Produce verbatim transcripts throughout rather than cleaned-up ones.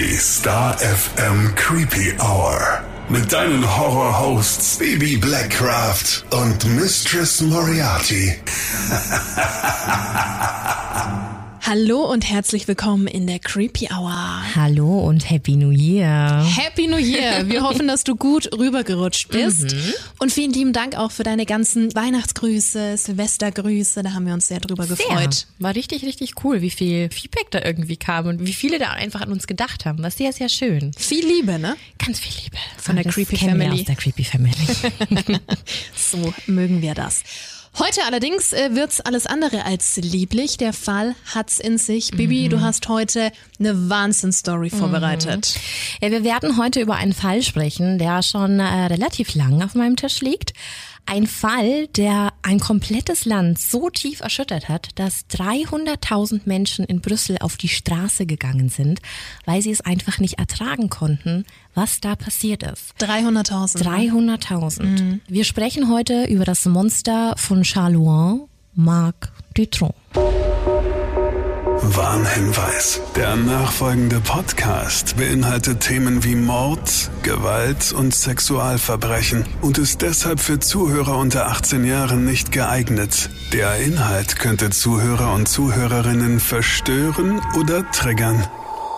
Die Star F M Creepy Hour. Mit deinen Horror-Hosts Baby Blackcraft und Mistress Moriarty. Hallo und herzlich willkommen in der Creepy Hour. Hallo und Happy New Year. Happy New Year. Wir hoffen, dass du gut rübergerutscht bist. Mhm. Und vielen lieben Dank auch für deine ganzen Weihnachtsgrüße, Silvestergrüße. Da haben wir uns sehr drüber sehr. gefreut. War richtig, richtig cool, wie viel Feedback da irgendwie kam und wie viele da einfach an uns gedacht haben. War sehr, sehr schön. Viel Liebe, ne? Ganz viel Liebe. Von der Creepy Family. Aus der Creepy Family. So mögen wir das. Heute allerdings äh, wird's alles andere als lieblich. Der Fall hat's in sich. Bibi, mhm. du hast heute eine Wahnsinnsstory mhm. vorbereitet. Ja, wir werden heute über einen Fall sprechen, der schon äh, relativ lang auf meinem Tisch liegt. Ein Fall, der ein komplettes Land so tief erschüttert hat, dass dreihunderttausend Menschen in Brüssel auf die Straße gegangen sind, weil sie es einfach nicht ertragen konnten, was da passiert ist. dreihunderttausend. dreihunderttausend. Mhm. Wir sprechen heute über das Monster von Charleroi, Marc Dutroux. Warnhinweis. Der nachfolgende Podcast beinhaltet Themen wie Mord, Gewalt und Sexualverbrechen und ist deshalb für Zuhörer unter achtzehn Jahren nicht geeignet. Der Inhalt könnte Zuhörer und Zuhörerinnen verstören oder triggern.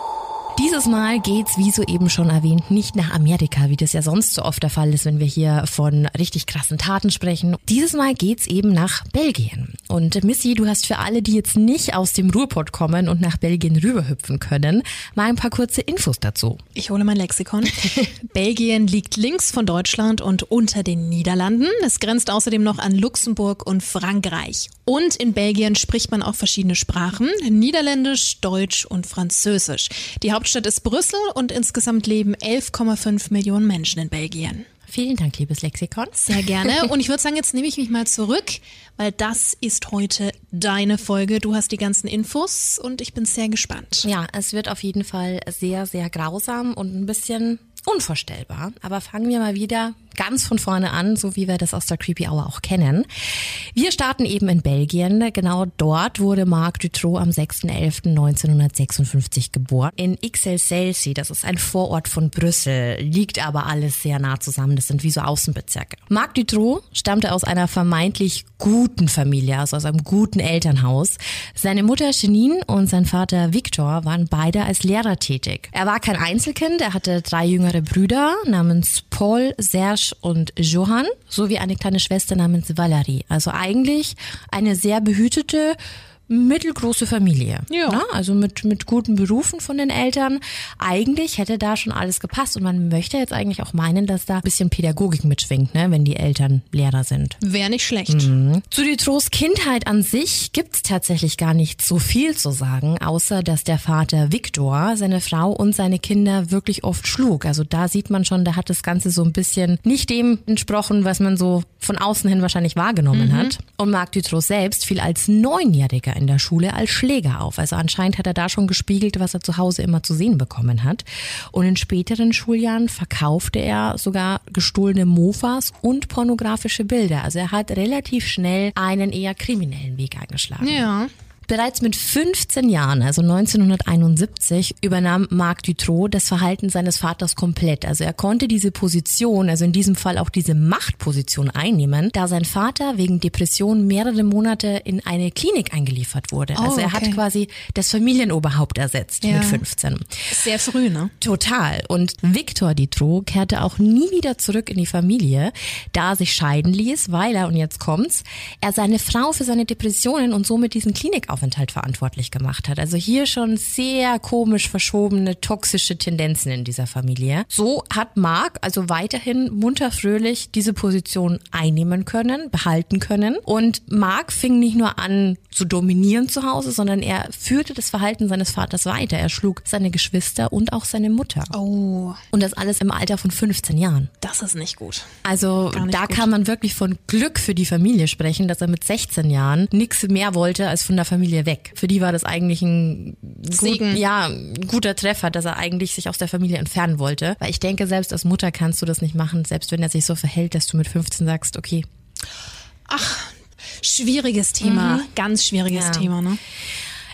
Dieses Mal geht's, wie soeben schon erwähnt, nicht nach Amerika, wie das ja sonst so oft der Fall ist, wenn wir hier von richtig krassen Taten sprechen. Dieses Mal geht's eben nach Belgien. Und Missy, du hast für alle, die jetzt nicht aus dem Ruhrpott kommen und nach Belgien rüberhüpfen können, mal ein paar kurze Infos dazu. Ich hole mein Lexikon. Belgien liegt links von Deutschland und unter den Niederlanden. Es grenzt außerdem noch an Luxemburg und Frankreich. Und in Belgien spricht man auch verschiedene Sprachen, Niederländisch, Deutsch und Französisch. Die Hauptstadt ist Brüssel und insgesamt leben elf Komma fünf Millionen Menschen in Belgien. Vielen Dank, liebes Lexikon. Sehr gerne. Und ich würde sagen, jetzt nehme ich mich mal zurück, weil das ist heute deine Folge. Du hast die ganzen Infos und ich bin sehr gespannt. Ja, es wird auf jeden Fall sehr, sehr grausam und ein bisschen unvorstellbar. Aber fangen wir mal wieder ganz von vorne an, so wie wir das aus der Creepy Hour auch kennen. Wir starten eben in Belgien. Genau dort wurde Marc Dutroux am sechster elfter neunzehnhundertsechsundfünfzig geboren. In Ixelles, das ist ein Vorort von Brüssel, liegt aber alles sehr nah zusammen. Das sind wie so Außenbezirke. Marc Dutroux stammte aus einer vermeintlich guten Familie, also aus einem guten Elternhaus. Seine Mutter Janine und sein Vater Victor waren beide als Lehrer tätig. Er war kein Einzelkind, er hatte drei jüngere Brüder namens Paul, Serge und Johann, sowie eine kleine Schwester namens Valerie. Also eigentlich eine sehr behütete, mittelgroße Familie. Ja. Na, also mit, mit guten Berufen von den Eltern. Eigentlich hätte da schon alles gepasst und man möchte jetzt eigentlich auch meinen, dass da ein bisschen Pädagogik mitschwingt, ne, wenn die Eltern Lehrer sind. Wäre nicht schlecht. Mhm. Zu Dutroux' Kindheit an sich gibt's tatsächlich gar nicht so viel zu sagen, außer dass der Vater Victor seine Frau und seine Kinder wirklich oft schlug. Also da sieht man schon, da hat das Ganze so ein bisschen nicht dem entsprochen, was man so von außen hin wahrscheinlich wahrgenommen mhm. hat. Und Marc Dutroux selbst fiel als Neunjähriger in der Schule als Schläger auf. Also anscheinend hat er da schon gespiegelt, was er zu Hause immer zu sehen bekommen hat. Und in späteren Schuljahren verkaufte er sogar gestohlene Mofas und pornografische Bilder. Also er hat relativ schnell einen eher kriminellen Weg eingeschlagen. Ja. Bereits mit fünfzehn Jahren, also neunzehnhunderteinundsiebzig, übernahm Marc Dutroux das Verhalten seines Vaters komplett. Also er konnte diese Position, also in diesem Fall auch diese Machtposition einnehmen, da sein Vater wegen Depression mehrere Monate in eine Klinik eingeliefert wurde. Oh, also er okay. hat quasi das Familienoberhaupt ersetzt ja. mit fünfzehn. Sehr früh, ne? Total. Und Victor Dutroux kehrte auch nie wieder zurück in die Familie, da er sich scheiden ließ, weil er, und jetzt kommt's, er seine Frau für seine Depressionen und somit diesen Klinikaufenthalt verantwortlich gemacht hat. Also hier schon sehr komisch verschobene, toxische Tendenzen in dieser Familie. So hat Marc also weiterhin munter fröhlich diese Position einnehmen können, behalten können. Und Marc fing nicht nur an zu dominieren zu Hause, sondern er führte das Verhalten seines Vaters weiter. Er schlug seine Geschwister und auch seine Mutter. Oh. Und das alles im Alter von fünfzehn Jahren. Das ist nicht gut. Also Gar nicht da gut. kann man wirklich von Glück für die Familie sprechen, dass er mit sechzehn Jahren nichts mehr wollte als von der Familie weg. Für die war das eigentlich ein, Segen. Gut, ja, ein guter Treffer, dass er eigentlich sich aus der Familie entfernen wollte. Weil ich denke, selbst als Mutter kannst du das nicht machen, selbst wenn er sich so verhält, dass du mit fünfzehn sagst, okay. Ach, schwieriges Thema, Mhm. ganz schwieriges Ja. Thema, ne?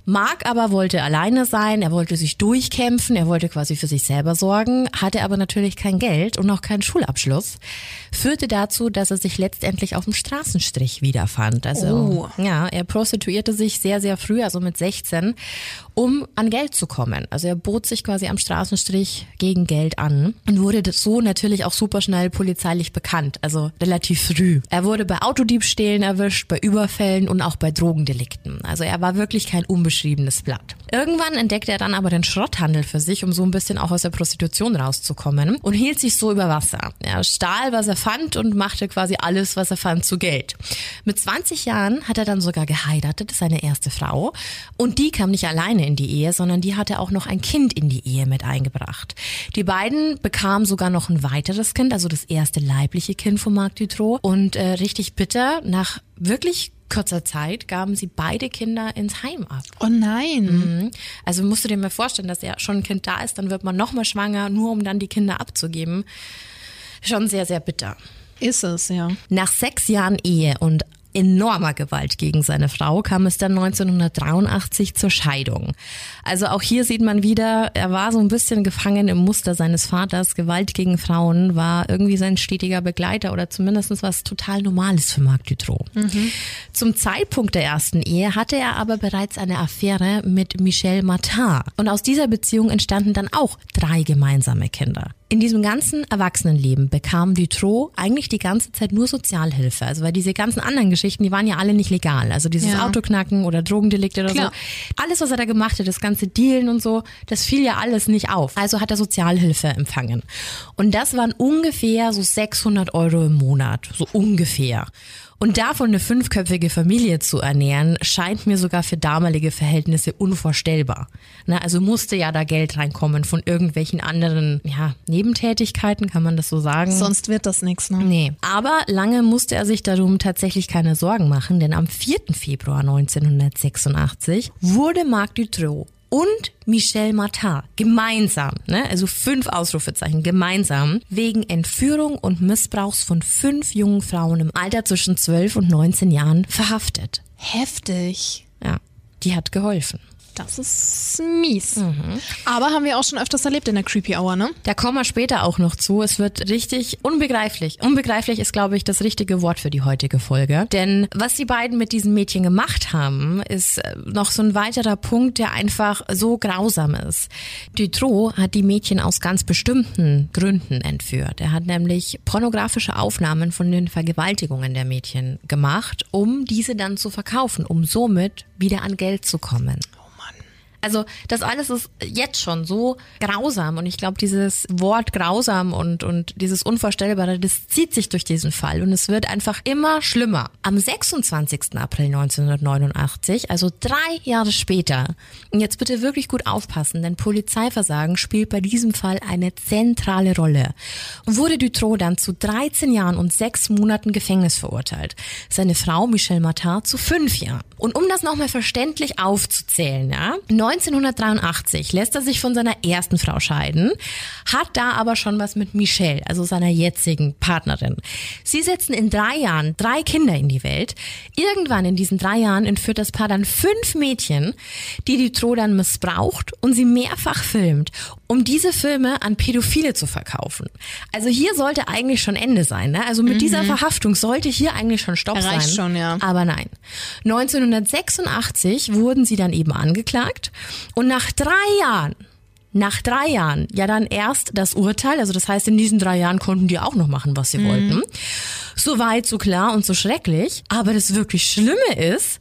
Marc aber wollte alleine sein, er wollte sich durchkämpfen, er wollte quasi für sich selber sorgen, hatte aber natürlich kein Geld und auch keinen Schulabschluss. Führte dazu, dass er sich letztendlich auf dem Straßenstrich wiederfand. Also, oh. ja, er prostituierte sich sehr, sehr früh, also mit sechzehn, um an Geld zu kommen. Also er bot sich quasi am Straßenstrich gegen Geld an und wurde so natürlich auch super schnell polizeilich bekannt, also relativ früh. Er wurde bei Autodiebstählen erwischt, bei Überfällen und auch bei Drogendelikten. Also er war wirklich kein unbeschriebenes Blatt. Irgendwann entdeckte er dann aber den Schrotthandel für sich, um so ein bisschen auch aus der Prostitution rauszukommen und hielt sich so über Wasser. Er stahl, was er fand und machte quasi alles, was er fand, zu Geld. Mit zwanzig Jahren hat er dann sogar geheiratet, seine erste Frau. Und die kam nicht alleine in die Ehe, sondern die hatte auch noch ein Kind in die Ehe mit eingebracht. Die beiden bekamen sogar noch ein weiteres Kind, also das erste leibliche Kind von Marc Dutroux. Und äh, richtig bitter, nach wirklich kurzer Zeit gaben sie beide Kinder ins Heim ab. Oh nein. Mhm. Also musst du dir mal vorstellen, dass ja schon ein Kind da ist, dann wird man nochmal schwanger, nur um dann die Kinder abzugeben. Schon sehr, sehr bitter. Ist es, ja. Nach sechs Jahren Ehe und enormer Gewalt gegen seine Frau kam es dann neunzehnhundertdreiundachtzig zur Scheidung. Also auch hier sieht man wieder, er war so ein bisschen gefangen im Muster seines Vaters. Gewalt gegen Frauen war irgendwie sein stetiger Begleiter oder zumindest was total Normales für Marc Dutroux. Mhm. Zum Zeitpunkt der ersten Ehe hatte er aber bereits eine Affäre mit Michel Martin. Und aus dieser Beziehung entstanden dann auch drei gemeinsame Kinder. In diesem ganzen Erwachsenenleben bekam Dutroux eigentlich die ganze Zeit nur Sozialhilfe. Also weil diese ganzen anderen Geschichten, die waren ja alle nicht legal. Also dieses ja. Autoknacken oder Drogendelikte oder Klar. so. Alles, was er da gemacht hat, das ganze Dealen und so, das fiel ja alles nicht auf. Also hat er Sozialhilfe empfangen. Und das waren ungefähr so sechshundert Euro im Monat. So ungefähr. Und davon eine fünfköpfige Familie zu ernähren, scheint mir sogar für damalige Verhältnisse unvorstellbar. Na, also musste ja da Geld reinkommen von irgendwelchen anderen, ja, Nebentätigkeiten, kann man das so sagen? Sonst wird das nichts, ne? Nee. Aber lange musste er sich darum tatsächlich keine Sorgen machen, denn am vierten Februar neunzehnhundertsechsundachtzig wurde Marc Dutroux und Michel Martin gemeinsam, ne, also fünf Ausrufezeichen, gemeinsam, wegen Entführung und Missbrauchs von fünf jungen Frauen im Alter zwischen zwölf und neunzehn Jahren verhaftet. Heftig. Ja, die hat geholfen. Das ist mies. Mhm. Aber haben wir auch schon öfters erlebt in der Creepy Hour, ne? Da kommen wir später auch noch zu. Es wird richtig unbegreiflich. Unbegreiflich ist, glaube ich, das richtige Wort für die heutige Folge. Denn was die beiden mit diesen Mädchen gemacht haben, ist noch so ein weiterer Punkt, der einfach so grausam ist. Dutroux hat die Mädchen aus ganz bestimmten Gründen entführt. Er hat nämlich pornografische Aufnahmen von den Vergewaltigungen der Mädchen gemacht, um diese dann zu verkaufen, um somit wieder an Geld zu kommen. Also das alles ist jetzt schon so grausam und ich glaube, dieses Wort grausam und und dieses Unvorstellbare, das zieht sich durch diesen Fall und es wird einfach immer schlimmer. Am sechsundzwanzigsten April neunzehnhundertneunundachtzig, also drei Jahre später, und jetzt bitte wirklich gut aufpassen, denn Polizeiversagen spielt bei diesem Fall eine zentrale Rolle, wurde Dutroux dann zu dreizehn Jahren und sechs Monaten Gefängnis verurteilt. Seine Frau Michel Martin zu fünf Jahren. Und um das nochmal verständlich aufzuzählen, ja, neunzehnhundertdreiundachtzig lässt er sich von seiner ersten Frau scheiden, hat da aber schon was mit Michelle, also seiner jetzigen Partnerin. Sie setzen in drei Jahren drei Kinder in die Welt. Irgendwann in diesen drei Jahren entführt das Paar dann fünf Mädchen, die Dutroux dann missbraucht und sie mehrfach filmt, um diese Filme an Pädophile zu verkaufen. Also hier sollte eigentlich schon Ende sein, ne? Also mit mhm. dieser Verhaftung sollte hier eigentlich schon Stopp sein. Reicht schon, ja. Aber nein. neunzehnhundertsechsundachtzig wurden sie dann eben angeklagt und nach drei Jahren, nach drei Jahren, ja dann erst das Urteil, also das heißt in diesen drei Jahren konnten die auch noch machen, was sie mhm. wollten. So weit, so klar und so schrecklich. Aber das wirklich Schlimme ist,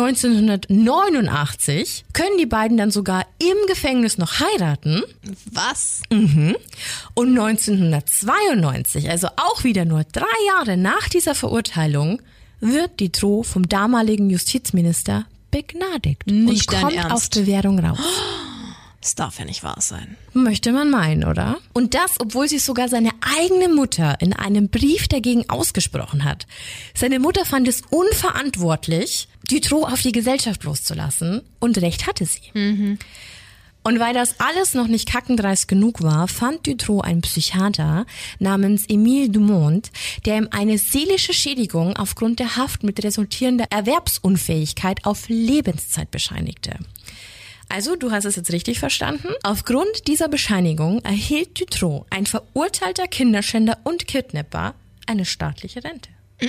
neunzehnhundertneunundachtzig können die beiden dann sogar im Gefängnis noch heiraten. Was? Mhm. Und neunzehnhundertzweiundneunzig, also auch wieder nur drei Jahre nach dieser Verurteilung, wird Dutroux vom damaligen Justizminister begnadigt. Nicht und kommt auf Bewährung raus. Das darf ja nicht wahr sein. Möchte man meinen, oder? Und das, obwohl sich sogar seine eigene Mutter in einem Brief dagegen ausgesprochen hat. Seine Mutter fand es unverantwortlich, Dutroux auf die Gesellschaft loszulassen. Und recht hatte sie. Mhm. Und weil das alles noch nicht kackendreist genug war, fand Dutroux einen Psychiater namens Émile Dumont, der ihm eine seelische Schädigung aufgrund der Haft mit resultierender Erwerbsunfähigkeit auf Lebenszeit bescheinigte. Also, du hast es jetzt richtig verstanden. Aufgrund dieser Bescheinigung erhielt Dutroux, ein verurteilter Kinderschänder und Kidnapper, eine staatliche Rente.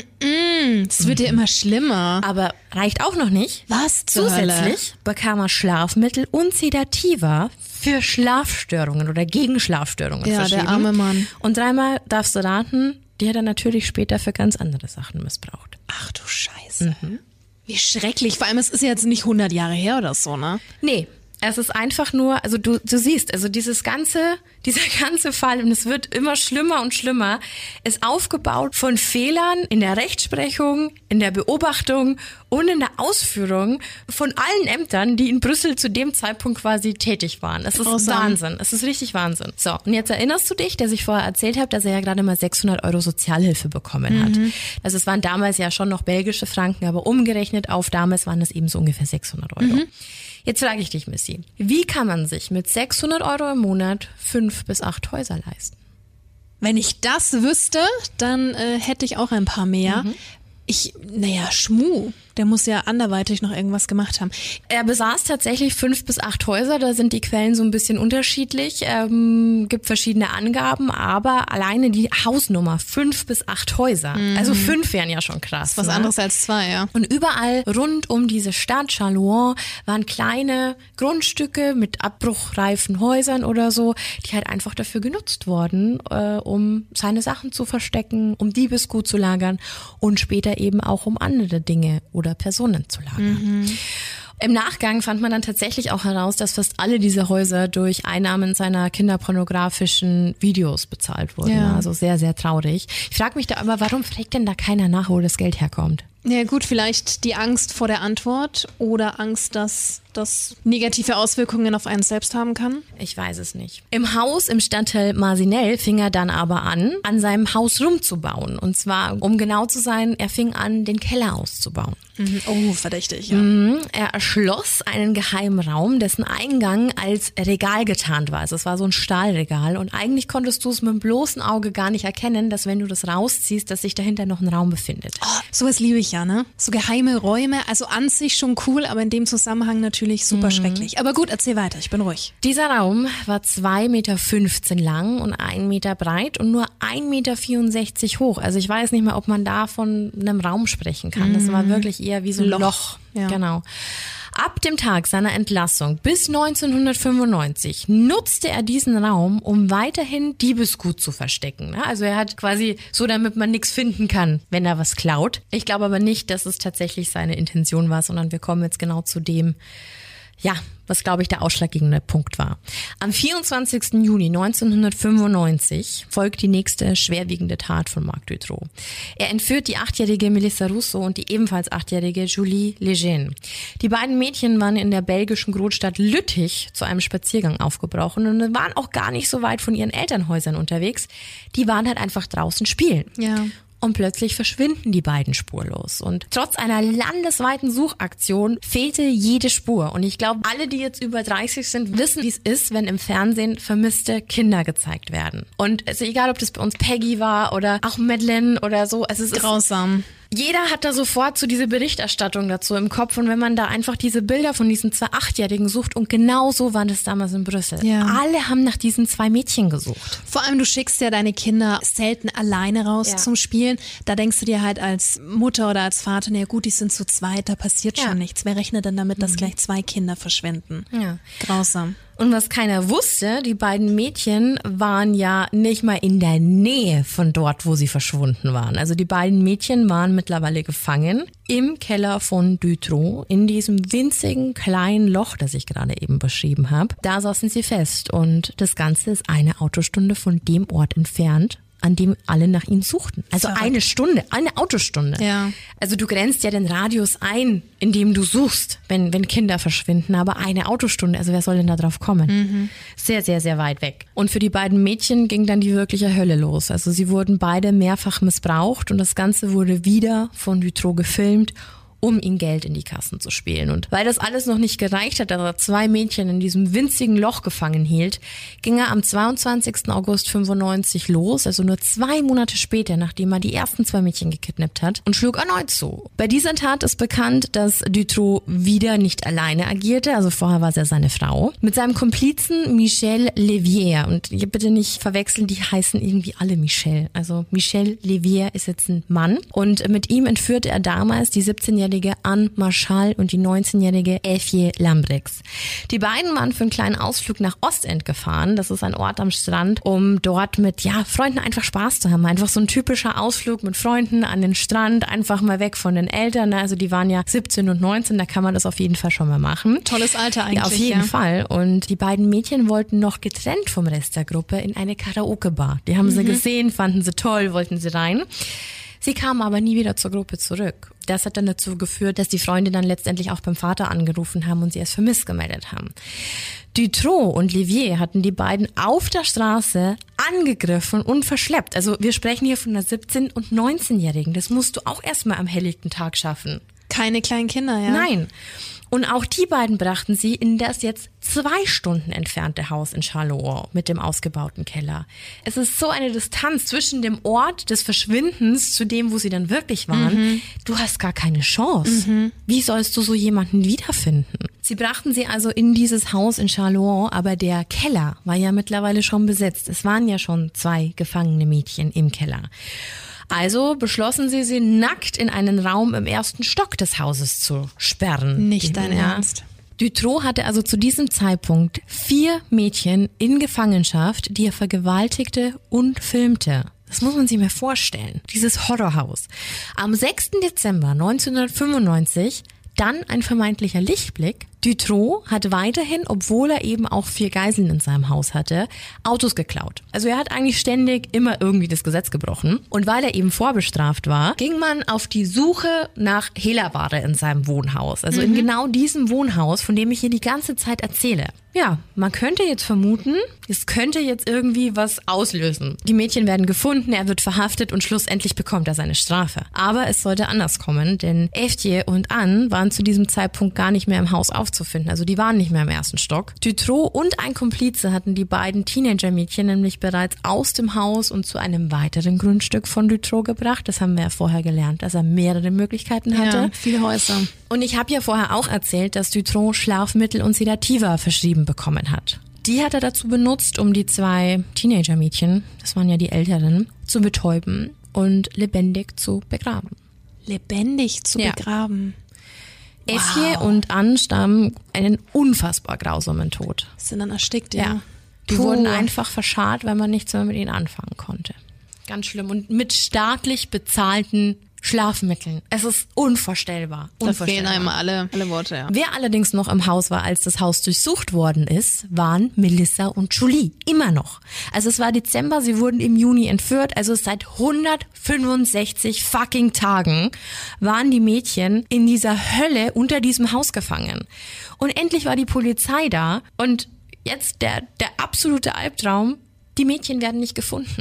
Es wird ja immer schlimmer. Aber reicht auch noch nicht. Was zur Hölle? Zusätzlich bekam er Schlafmittel und Sedativa für Schlafstörungen oder gegen Schlafstörungen Ja, verschrieben. der arme Mann. Und dreimal darfst du raten, die hat er natürlich später für ganz andere Sachen missbraucht. Ach du Scheiße. Mhm. Wie schrecklich. Vor allem, es ist ja jetzt nicht hundert Jahre her oder so, ne? Nee. Es ist einfach nur, also du, du siehst, also dieses ganze, dieser ganze Fall, und es wird immer schlimmer und schlimmer, ist aufgebaut von Fehlern in der Rechtsprechung, in der Beobachtung und in der Ausführung von allen Ämtern, die in Brüssel zu dem Zeitpunkt quasi tätig waren. Es ist Grausam. Wahnsinn. Es ist richtig Wahnsinn. So, und jetzt erinnerst du dich, dass ich vorher erzählt habe, dass er ja gerade mal sechshundert Euro Sozialhilfe bekommen hat. Mhm. Also es waren damals ja schon noch belgische Franken, aber umgerechnet auf damals waren es eben so ungefähr sechshundert Euro. Mhm. Jetzt frage ich dich, Missy, wie kann man sich mit sechshundert Euro im Monat fünf bis acht Häuser leisten? Wenn ich das wüsste, dann äh, hätte ich auch ein paar mehr. Mhm. Ich, naja, Schmuh. Der muss ja anderweitig noch irgendwas gemacht haben. Er besaß tatsächlich fünf bis acht Häuser, da sind die Quellen so ein bisschen unterschiedlich, ähm, gibt verschiedene Angaben, aber alleine die Hausnummer, fünf bis acht Häuser, mhm. also fünf wären ja schon krass. Das ist was ne? anderes als zwei, ja. Und überall rund um diese Stadt Charleroi waren kleine Grundstücke mit abbruchreifen Häusern oder so, die halt einfach dafür genutzt wurden, äh, um seine Sachen zu verstecken, um Diebesgut zu lagern und später eben auch um andere Dinge oder Personen zu lagern. Mhm. Im Nachgang fand man dann tatsächlich auch heraus, dass fast alle diese Häuser durch Einnahmen seiner kinderpornografischen Videos bezahlt wurden. Ja. Also sehr, sehr traurig. Ich frage mich da immer, warum fragt denn da keiner nach, wo das Geld herkommt? Ja gut, vielleicht die Angst vor der Antwort oder Angst, dass das negative Auswirkungen auf einen selbst haben kann? Ich weiß es nicht. Im Haus im Stadtteil Marcinelle fing er dann aber an, an seinem Haus rumzubauen. Und zwar, um genau zu sein, er fing an, den Keller auszubauen. Mhm. Oh, verdächtig, ja. Mhm. Er erschloss einen geheimen Raum, dessen Eingang als Regal getarnt war. Also es war so ein Stahlregal und eigentlich konntest du es mit dem bloßen Auge gar nicht erkennen, dass wenn du das rausziehst, dass sich dahinter noch ein Raum befindet. Oh, sowas liebe ich ja, ne? So geheime Räume, also an sich schon cool, aber in dem Zusammenhang natürlich super mhm. schrecklich. Aber gut, erzähl weiter, ich bin ruhig. Dieser Raum war zwei Meter fünfzehn lang und ein Meter breit und nur ein Meter vierundsechzig hoch. Also ich weiß nicht mehr, ob man da von einem Raum sprechen kann. Das war wirklich eher wie so ein Loch. Loch. Ja. Genau. Ab dem Tag seiner Entlassung bis neunzehnhundertfünfundneunzig nutzte er diesen Raum, um weiterhin Diebesgut zu verstecken. Also er hat quasi so, damit man nichts finden kann, wenn er was klaut. Ich glaube aber nicht, dass es tatsächlich seine Intention war, sondern wir kommen jetzt genau zu dem, ja, was glaube ich der ausschlaggebende Punkt war. Am vierundzwanzigsten Juni neunzehnhundertfünfundneunzig folgt die nächste schwerwiegende Tat von Marc Dutroux. Er entführt die achtjährige Melissa Russo und die ebenfalls achtjährige Julie Lejeune. Die beiden Mädchen waren in der belgischen Großstadt Lüttich zu einem Spaziergang aufgebrochen und waren auch gar nicht so weit von ihren Elternhäusern unterwegs. Die waren halt einfach draußen spielen. Ja. Und plötzlich verschwinden die beiden spurlos. Und trotz einer landesweiten Suchaktion fehlte jede Spur. Und ich glaube, alle, die jetzt über dreißig sind, wissen, wie es ist, wenn im Fernsehen vermisste Kinder gezeigt werden. Und also egal, ob das bei uns Peggy war oder auch Madeleine oder so. Also es ist grausam. Jeder hat da sofort so diese Berichterstattung dazu im Kopf und wenn man da einfach diese Bilder von diesen zwei Achtjährigen sucht und genau so war das damals in Brüssel. Ja. Alle haben nach diesen zwei Mädchen gesucht. Vor allem, du schickst ja deine Kinder selten alleine raus ja. zum Spielen. Da denkst du dir halt als Mutter oder als Vater, na gut, die sind zu zweit, da passiert ja. schon nichts. Wer rechnet denn damit, dass mhm. gleich zwei Kinder verschwinden? Ja. Grausam. Und was keiner wusste, die beiden Mädchen waren ja nicht mal in der Nähe von dort, wo sie verschwunden waren. Also die beiden Mädchen waren mittlerweile gefangen im Keller von Dutroux, in diesem winzigen kleinen Loch, das ich gerade eben beschrieben habe. Da saßen sie fest und das Ganze ist eine Autostunde von dem Ort entfernt, an dem alle nach ihnen suchten. Also Verrückt. eine Stunde, eine Autostunde. Ja. Also du grenzt ja den Radius ein, in dem du suchst, wenn, wenn Kinder verschwinden, aber eine Autostunde, also wer soll denn da drauf kommen? Mhm. Sehr, sehr, sehr weit weg. Und für die beiden Mädchen ging dann die wirkliche Hölle los. Also sie wurden beide mehrfach missbraucht und das Ganze wurde wieder von Dutroux gefilmt um ihm Geld in die Kassen zu spielen. Und weil das alles noch nicht gereicht hat, dass er zwei Mädchen in diesem winzigen Loch gefangen hielt, ging er am zweiundzwanzigsten August fünfundneunzig los, also nur zwei Monate später, nachdem er die ersten zwei Mädchen gekidnappt hat, und schlug erneut zu. Bei dieser Tat ist bekannt, dass Dutroux wieder nicht alleine agierte, also vorher war es ja seine Frau, mit seinem Komplizen Michel Levier. Und ihr bitte nicht verwechseln, die heißen irgendwie alle Michel. Also Michel Levier ist jetzt ein Mann und mit ihm entführte er damals die siebzehnjährige Anne Marchal und die neunzehnjährige Effie Lambrix. Die beiden waren für einen kleinen Ausflug nach Ostend gefahren. Das ist ein Ort am Strand, um dort mit ja Freunden einfach Spaß zu haben. Einfach so ein typischer Ausflug mit Freunden an den Strand, einfach mal weg von den Eltern. Also die waren ja siebzehn und neunzehn, da kann man das auf jeden Fall schon mal machen. Tolles Alter eigentlich. Ja, auf jeden ja. Fall. Und die beiden Mädchen wollten noch getrennt vom Rest der Gruppe in eine Karaoke-Bar. Die haben mhm. sie gesehen, fanden sie toll, wollten sie rein. Sie kamen aber nie wieder zur Gruppe zurück. Das hat dann dazu geführt, dass die Freunde dann letztendlich auch beim Vater angerufen haben und sie als vermisst gemeldet haben. Dutroux und Levier hatten die beiden auf der Straße angegriffen und verschleppt. Also wir sprechen hier von einer siebzehn- und neunzehnjährigen. Das musst du auch erstmal am helllichten Tag schaffen. Keine kleinen Kinder, ja? Nein. Und auch die beiden brachten sie in das jetzt zwei Stunden entfernte Haus in Charleroi mit dem ausgebauten Keller. Es ist so eine Distanz zwischen dem Ort des Verschwindens zu dem, wo sie dann wirklich waren. Mhm. Du hast gar keine Chance. Mhm. Wie sollst du so jemanden wiederfinden? Sie brachten sie also in dieses Haus in Charleroi, aber der Keller war ja mittlerweile schon besetzt. Es waren ja schon zwei gefangene Mädchen im Keller. Also beschlossen sie, sie nackt in einen Raum im ersten Stock des Hauses zu sperren. Nicht dein ja. Ernst. Dutroux hatte also zu diesem Zeitpunkt vier Mädchen in Gefangenschaft, die er vergewaltigte und filmte. Das muss man sich mal vorstellen. Dieses Horrorhaus. Am sechsten Dezember neunzehnhundertfünfundneunzig dann ein vermeintlicher Lichtblick. Dutroux hat weiterhin, obwohl er eben auch vier Geiseln in seinem Haus hatte, Autos geklaut. Also er hat eigentlich ständig immer irgendwie das Gesetz gebrochen. Und weil er eben vorbestraft war, ging man auf die Suche nach Hehlerware in seinem Wohnhaus. Also mhm. in genau diesem Wohnhaus, von dem ich hier die ganze Zeit erzähle. Ja, man könnte jetzt vermuten, es könnte jetzt irgendwie was auslösen. Die Mädchen werden gefunden, er wird verhaftet und schlussendlich bekommt er seine Strafe. Aber es sollte anders kommen, denn Effie und Anne waren zu diesem Zeitpunkt gar nicht mehr im Haus aufzufinden. Also die waren nicht mehr im ersten Stock. Dutroux und ein Komplize hatten die beiden Teenager-Mädchen nämlich bereits aus dem Haus und zu einem weiteren Grundstück von Dutroux gebracht. Das haben wir ja vorher gelernt, dass er mehrere Möglichkeiten hatte. Ja, viele Häuser. Und ich habe ja vorher auch erzählt, dass Dutroux Schlafmittel und Sedativa verschrieben bekommen hat. Die hat er dazu benutzt, um die zwei Teenager-Mädchen, das waren ja die Älteren, zu betäuben und lebendig zu begraben. Lebendig zu ja. begraben? Effie wow. und Anne starben einen unfassbar grausamen Tod. Sind dann erstickt, ja. ja. Die Puh. wurden einfach verscharrt, weil man nichts mehr mit ihnen anfangen konnte. Ganz schlimm. Und mit staatlich bezahlten Schlafmitteln. Es ist unvorstellbar. Da fehlen einem alle, alle Worte, ja. Wer allerdings noch im Haus war, als das Haus durchsucht worden ist, waren Melissa und Julie. Immer noch. Also es war Dezember, sie wurden im Juni entführt. Also seit hundertfünfundsechzig fucking Tagen waren die Mädchen in dieser Hölle unter diesem Haus gefangen. Und endlich war die Polizei da. Und jetzt der, der absolute Albtraum. Die Mädchen werden nicht gefunden.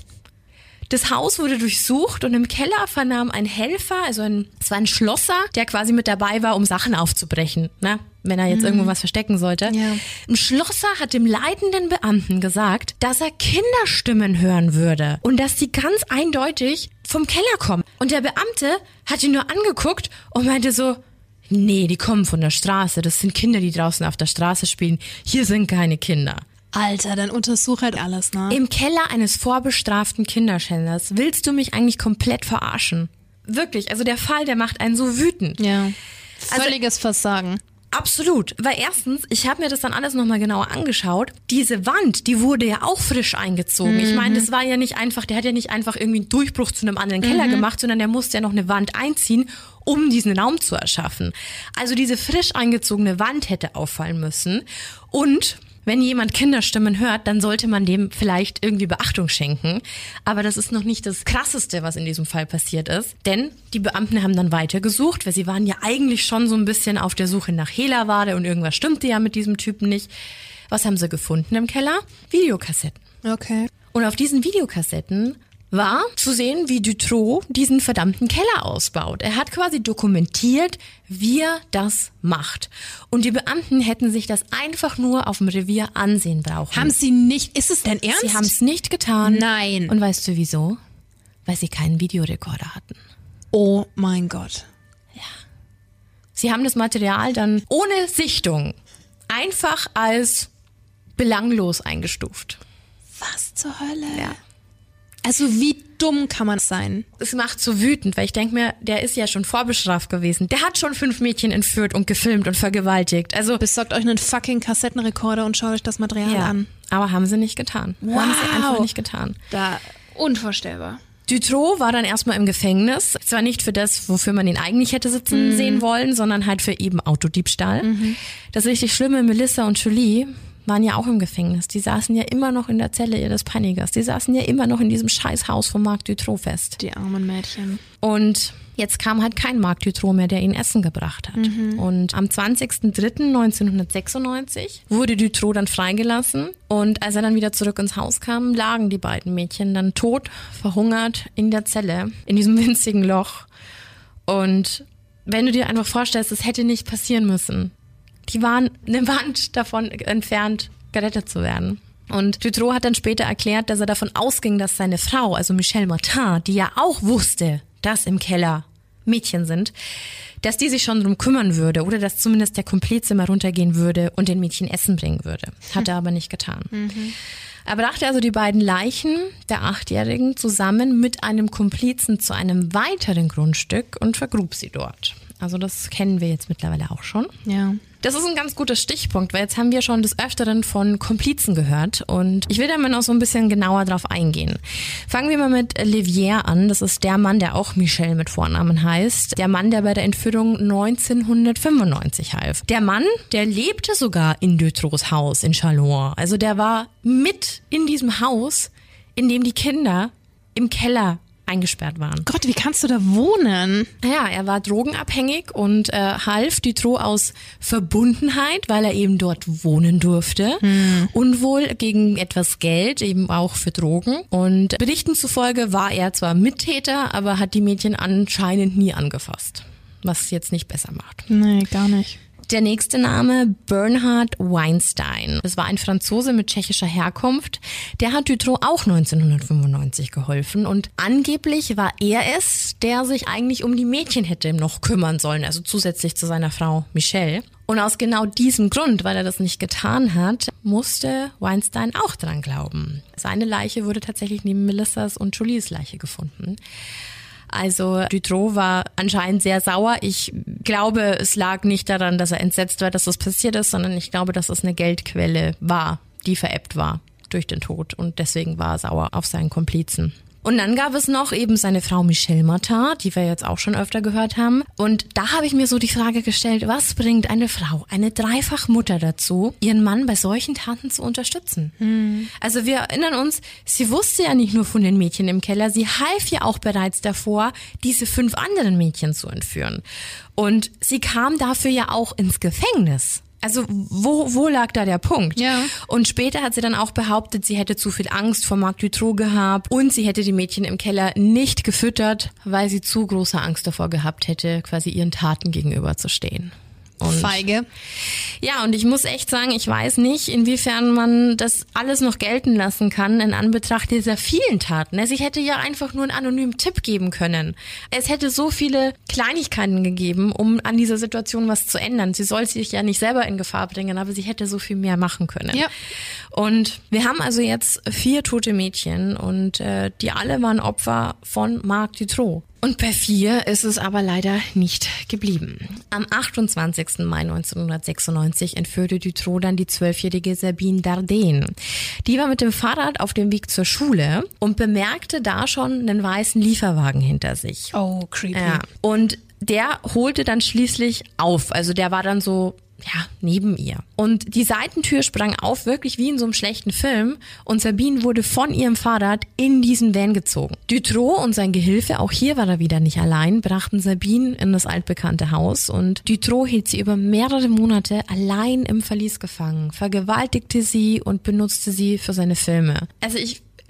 Das Haus wurde durchsucht und im Keller vernahm ein Helfer, also ein, es war ein Schlosser, der quasi mit dabei war, um Sachen aufzubrechen, ne? Wenn er jetzt mhm. irgendwo was verstecken sollte. Ja. Ein Schlosser hat dem leitenden Beamten gesagt, dass er Kinderstimmen hören würde und dass die ganz eindeutig vom Keller kommen. Und der Beamte hat ihn nur angeguckt und meinte so, nee, die kommen von der Straße, das sind Kinder, die draußen auf der Straße spielen, hier sind keine Kinder. Alter, dann untersuch halt alles, ne? Im Keller eines vorbestraften Kinderschänders. Willst du mich eigentlich komplett verarschen? Wirklich, also der Fall, der macht einen so wütend. Ja, völliges also, Versagen. Absolut, weil erstens, ich habe mir das dann alles nochmal genauer angeschaut, diese Wand, die wurde ja auch frisch eingezogen. Mhm. Ich meine, das war ja nicht einfach, der hat ja nicht einfach irgendwie einen Durchbruch zu einem anderen Keller mhm. gemacht, sondern der musste ja noch eine Wand einziehen, um diesen Raum zu erschaffen. Also diese frisch eingezogene Wand hätte auffallen müssen und wenn jemand Kinderstimmen hört, dann sollte man dem vielleicht irgendwie Beachtung schenken. Aber das ist noch nicht das Krasseste, was in diesem Fall passiert ist. Denn die Beamten haben dann weitergesucht, weil sie waren ja eigentlich schon so ein bisschen auf der Suche nach Hehlerware und irgendwas stimmte ja mit diesem Typen nicht. Was haben sie gefunden im Keller? Videokassetten. Okay. Und auf diesen Videokassetten war zu sehen, wie Dutroux diesen verdammten Keller ausbaut. Er hat quasi dokumentiert, wie er das macht. Und die Beamten hätten sich das einfach nur auf dem Revier ansehen brauchen. Haben sie nicht, ist es denn ernst? Sie haben es nicht getan. Nein. Und weißt du wieso? Weil sie keinen Videorekorder hatten. Oh mein Gott. Ja. Sie haben das Material dann ohne Sichtung einfach als belanglos eingestuft. Was zur Hölle? Ja. Also wie dumm kann man sein? Es macht so wütend, weil ich denke mir, der ist ja schon vorbestraft gewesen. Der hat schon fünf Mädchen entführt und gefilmt und vergewaltigt. Also besorgt euch einen fucking Kassettenrekorder und schaut euch das Material ja, an. Aber haben sie nicht getan. Wow. Haben sie einfach nicht getan. Da unvorstellbar. Dutroux war dann erstmal im Gefängnis. Zwar nicht für das, wofür man ihn eigentlich hätte sitzen mhm. sehen wollen, sondern halt für eben Autodiebstahl. Mhm. Das richtig Schlimme, Melissa und Julie waren ja auch im Gefängnis. Die saßen ja immer noch in der Zelle ihres Peinigers. Die saßen ja immer noch in diesem Scheißhaus von Marc Dutroux fest. Die armen Mädchen. Und jetzt kam halt kein Marc Dutroux mehr, der ihnen Essen gebracht hat. Mhm. Und am zwanzigsten dritten neunzehnhundertsechsundneunzig wurde Dutroux dann freigelassen. Und als er dann wieder zurück ins Haus kam, lagen die beiden Mädchen dann tot, verhungert in der Zelle, in diesem winzigen Loch. Und wenn du dir einfach vorstellst, es hätte nicht passieren müssen. Die waren eine Wand davon entfernt, gerettet zu werden. Und Dutroux hat dann später erklärt, dass er davon ausging, dass seine Frau, also Michelle Martin, die ja auch wusste, dass im Keller Mädchen sind, dass die sich schon drum kümmern würde oder dass zumindest der Komplize mal runtergehen würde und den Mädchen Essen bringen würde. Hat er aber nicht getan. Mhm. Er brachte also die beiden Leichen der Achtjährigen zusammen mit einem Komplizen zu einem weiteren Grundstück und vergrub sie dort. Also das kennen wir jetzt mittlerweile auch schon. Ja. Das ist ein ganz guter Stichpunkt, weil jetzt haben wir schon des Öfteren von Komplizen gehört und ich will da mal noch so ein bisschen genauer drauf eingehen. Fangen wir mal mit Livière an. Das ist der Mann, der auch Michel mit Vornamen heißt. Der Mann, der bei der Entführung neunzehnhundertfünfundneunzig half. Der Mann, der lebte sogar in Dutroux Haus in Châlons. Also der war mit in diesem Haus, in dem die Kinder im Keller eingesperrt waren. Gott, wie kannst du da wohnen? Ja, er war drogenabhängig und äh, half Dutroux aus Verbundenheit, weil er eben dort wohnen durfte hm. und wohl gegen etwas Geld, eben auch für Drogen. Und Berichten zufolge war er zwar Mittäter, aber hat die Mädchen anscheinend nie angefasst, was jetzt nicht besser macht. Nee, gar nicht. Der nächste Name, Bernhard Weinstein. Das war ein Franzose mit tschechischer Herkunft. Der hat Dutroux auch neunzehnhundertfünfundneunzig geholfen und angeblich war er es, der sich eigentlich um die Mädchen hätte noch kümmern sollen, also zusätzlich zu seiner Frau Michelle. Und aus genau diesem Grund, weil er das nicht getan hat, musste Weinstein auch dran glauben. Seine Leiche wurde tatsächlich neben Melissas und Julies Leiche gefunden. Also Dutroux war anscheinend sehr sauer. Ich glaube, es lag nicht daran, dass er entsetzt war, dass das passiert ist, sondern ich glaube, dass es eine Geldquelle war, die verebbt war durch den Tod. Und deswegen war er sauer auf seinen Komplizen. Und dann gab es noch eben seine Frau Michelle Martin, die wir jetzt auch schon öfter gehört haben. Und da habe ich mir so die Frage gestellt, was bringt eine Frau, eine Dreifachmutter dazu, ihren Mann bei solchen Taten zu unterstützen? Hm. Also wir erinnern uns, sie wusste ja nicht nur von den Mädchen im Keller, sie half ja auch bereits davor, diese fünf anderen Mädchen zu entführen. Und sie kam dafür ja auch ins Gefängnis. Also wo, wo lag da der Punkt? Ja. Und später hat sie dann auch behauptet, sie hätte zu viel Angst vor Marc Dutroux gehabt und sie hätte die Mädchen im Keller nicht gefüttert, weil sie zu große Angst davor gehabt hätte, quasi ihren Taten gegenüberzustehen. Und Feige. Ja, und ich muss echt sagen, ich weiß nicht, inwiefern man das alles noch gelten lassen kann in Anbetracht dieser vielen Taten. Also ich hätte ja einfach nur einen anonymen Tipp geben können. Es hätte so viele Kleinigkeiten gegeben, um an dieser Situation was zu ändern. Sie soll sich ja nicht selber in Gefahr bringen, aber sie hätte so viel mehr machen können. Ja. Und wir haben also jetzt vier tote Mädchen und äh, die alle waren Opfer von Marc Dutroux. Und bei vier ist es aber leider nicht geblieben. Am achtundzwanzigsten Mai neunzehnhundertsechsundneunzig entführte Dutroux dann die zwölfjährige Sabine Dardenne. Die war mit dem Fahrrad auf dem Weg zur Schule und bemerkte da schon einen weißen Lieferwagen hinter sich. Oh, creepy. Ja. Und der holte dann schließlich auf. Also der war dann so ja, neben ihr. Und die Seitentür sprang auf, wirklich wie in so einem schlechten Film. Und Sabine wurde von ihrem Fahrrad in diesen Van gezogen. Dutroux und sein Gehilfe, auch hier war er wieder nicht allein, brachten Sabine in das altbekannte Haus. Und Dutroux hielt sie über mehrere Monate allein im Verlies gefangen, vergewaltigte sie und benutzte sie für seine Filme. Also ich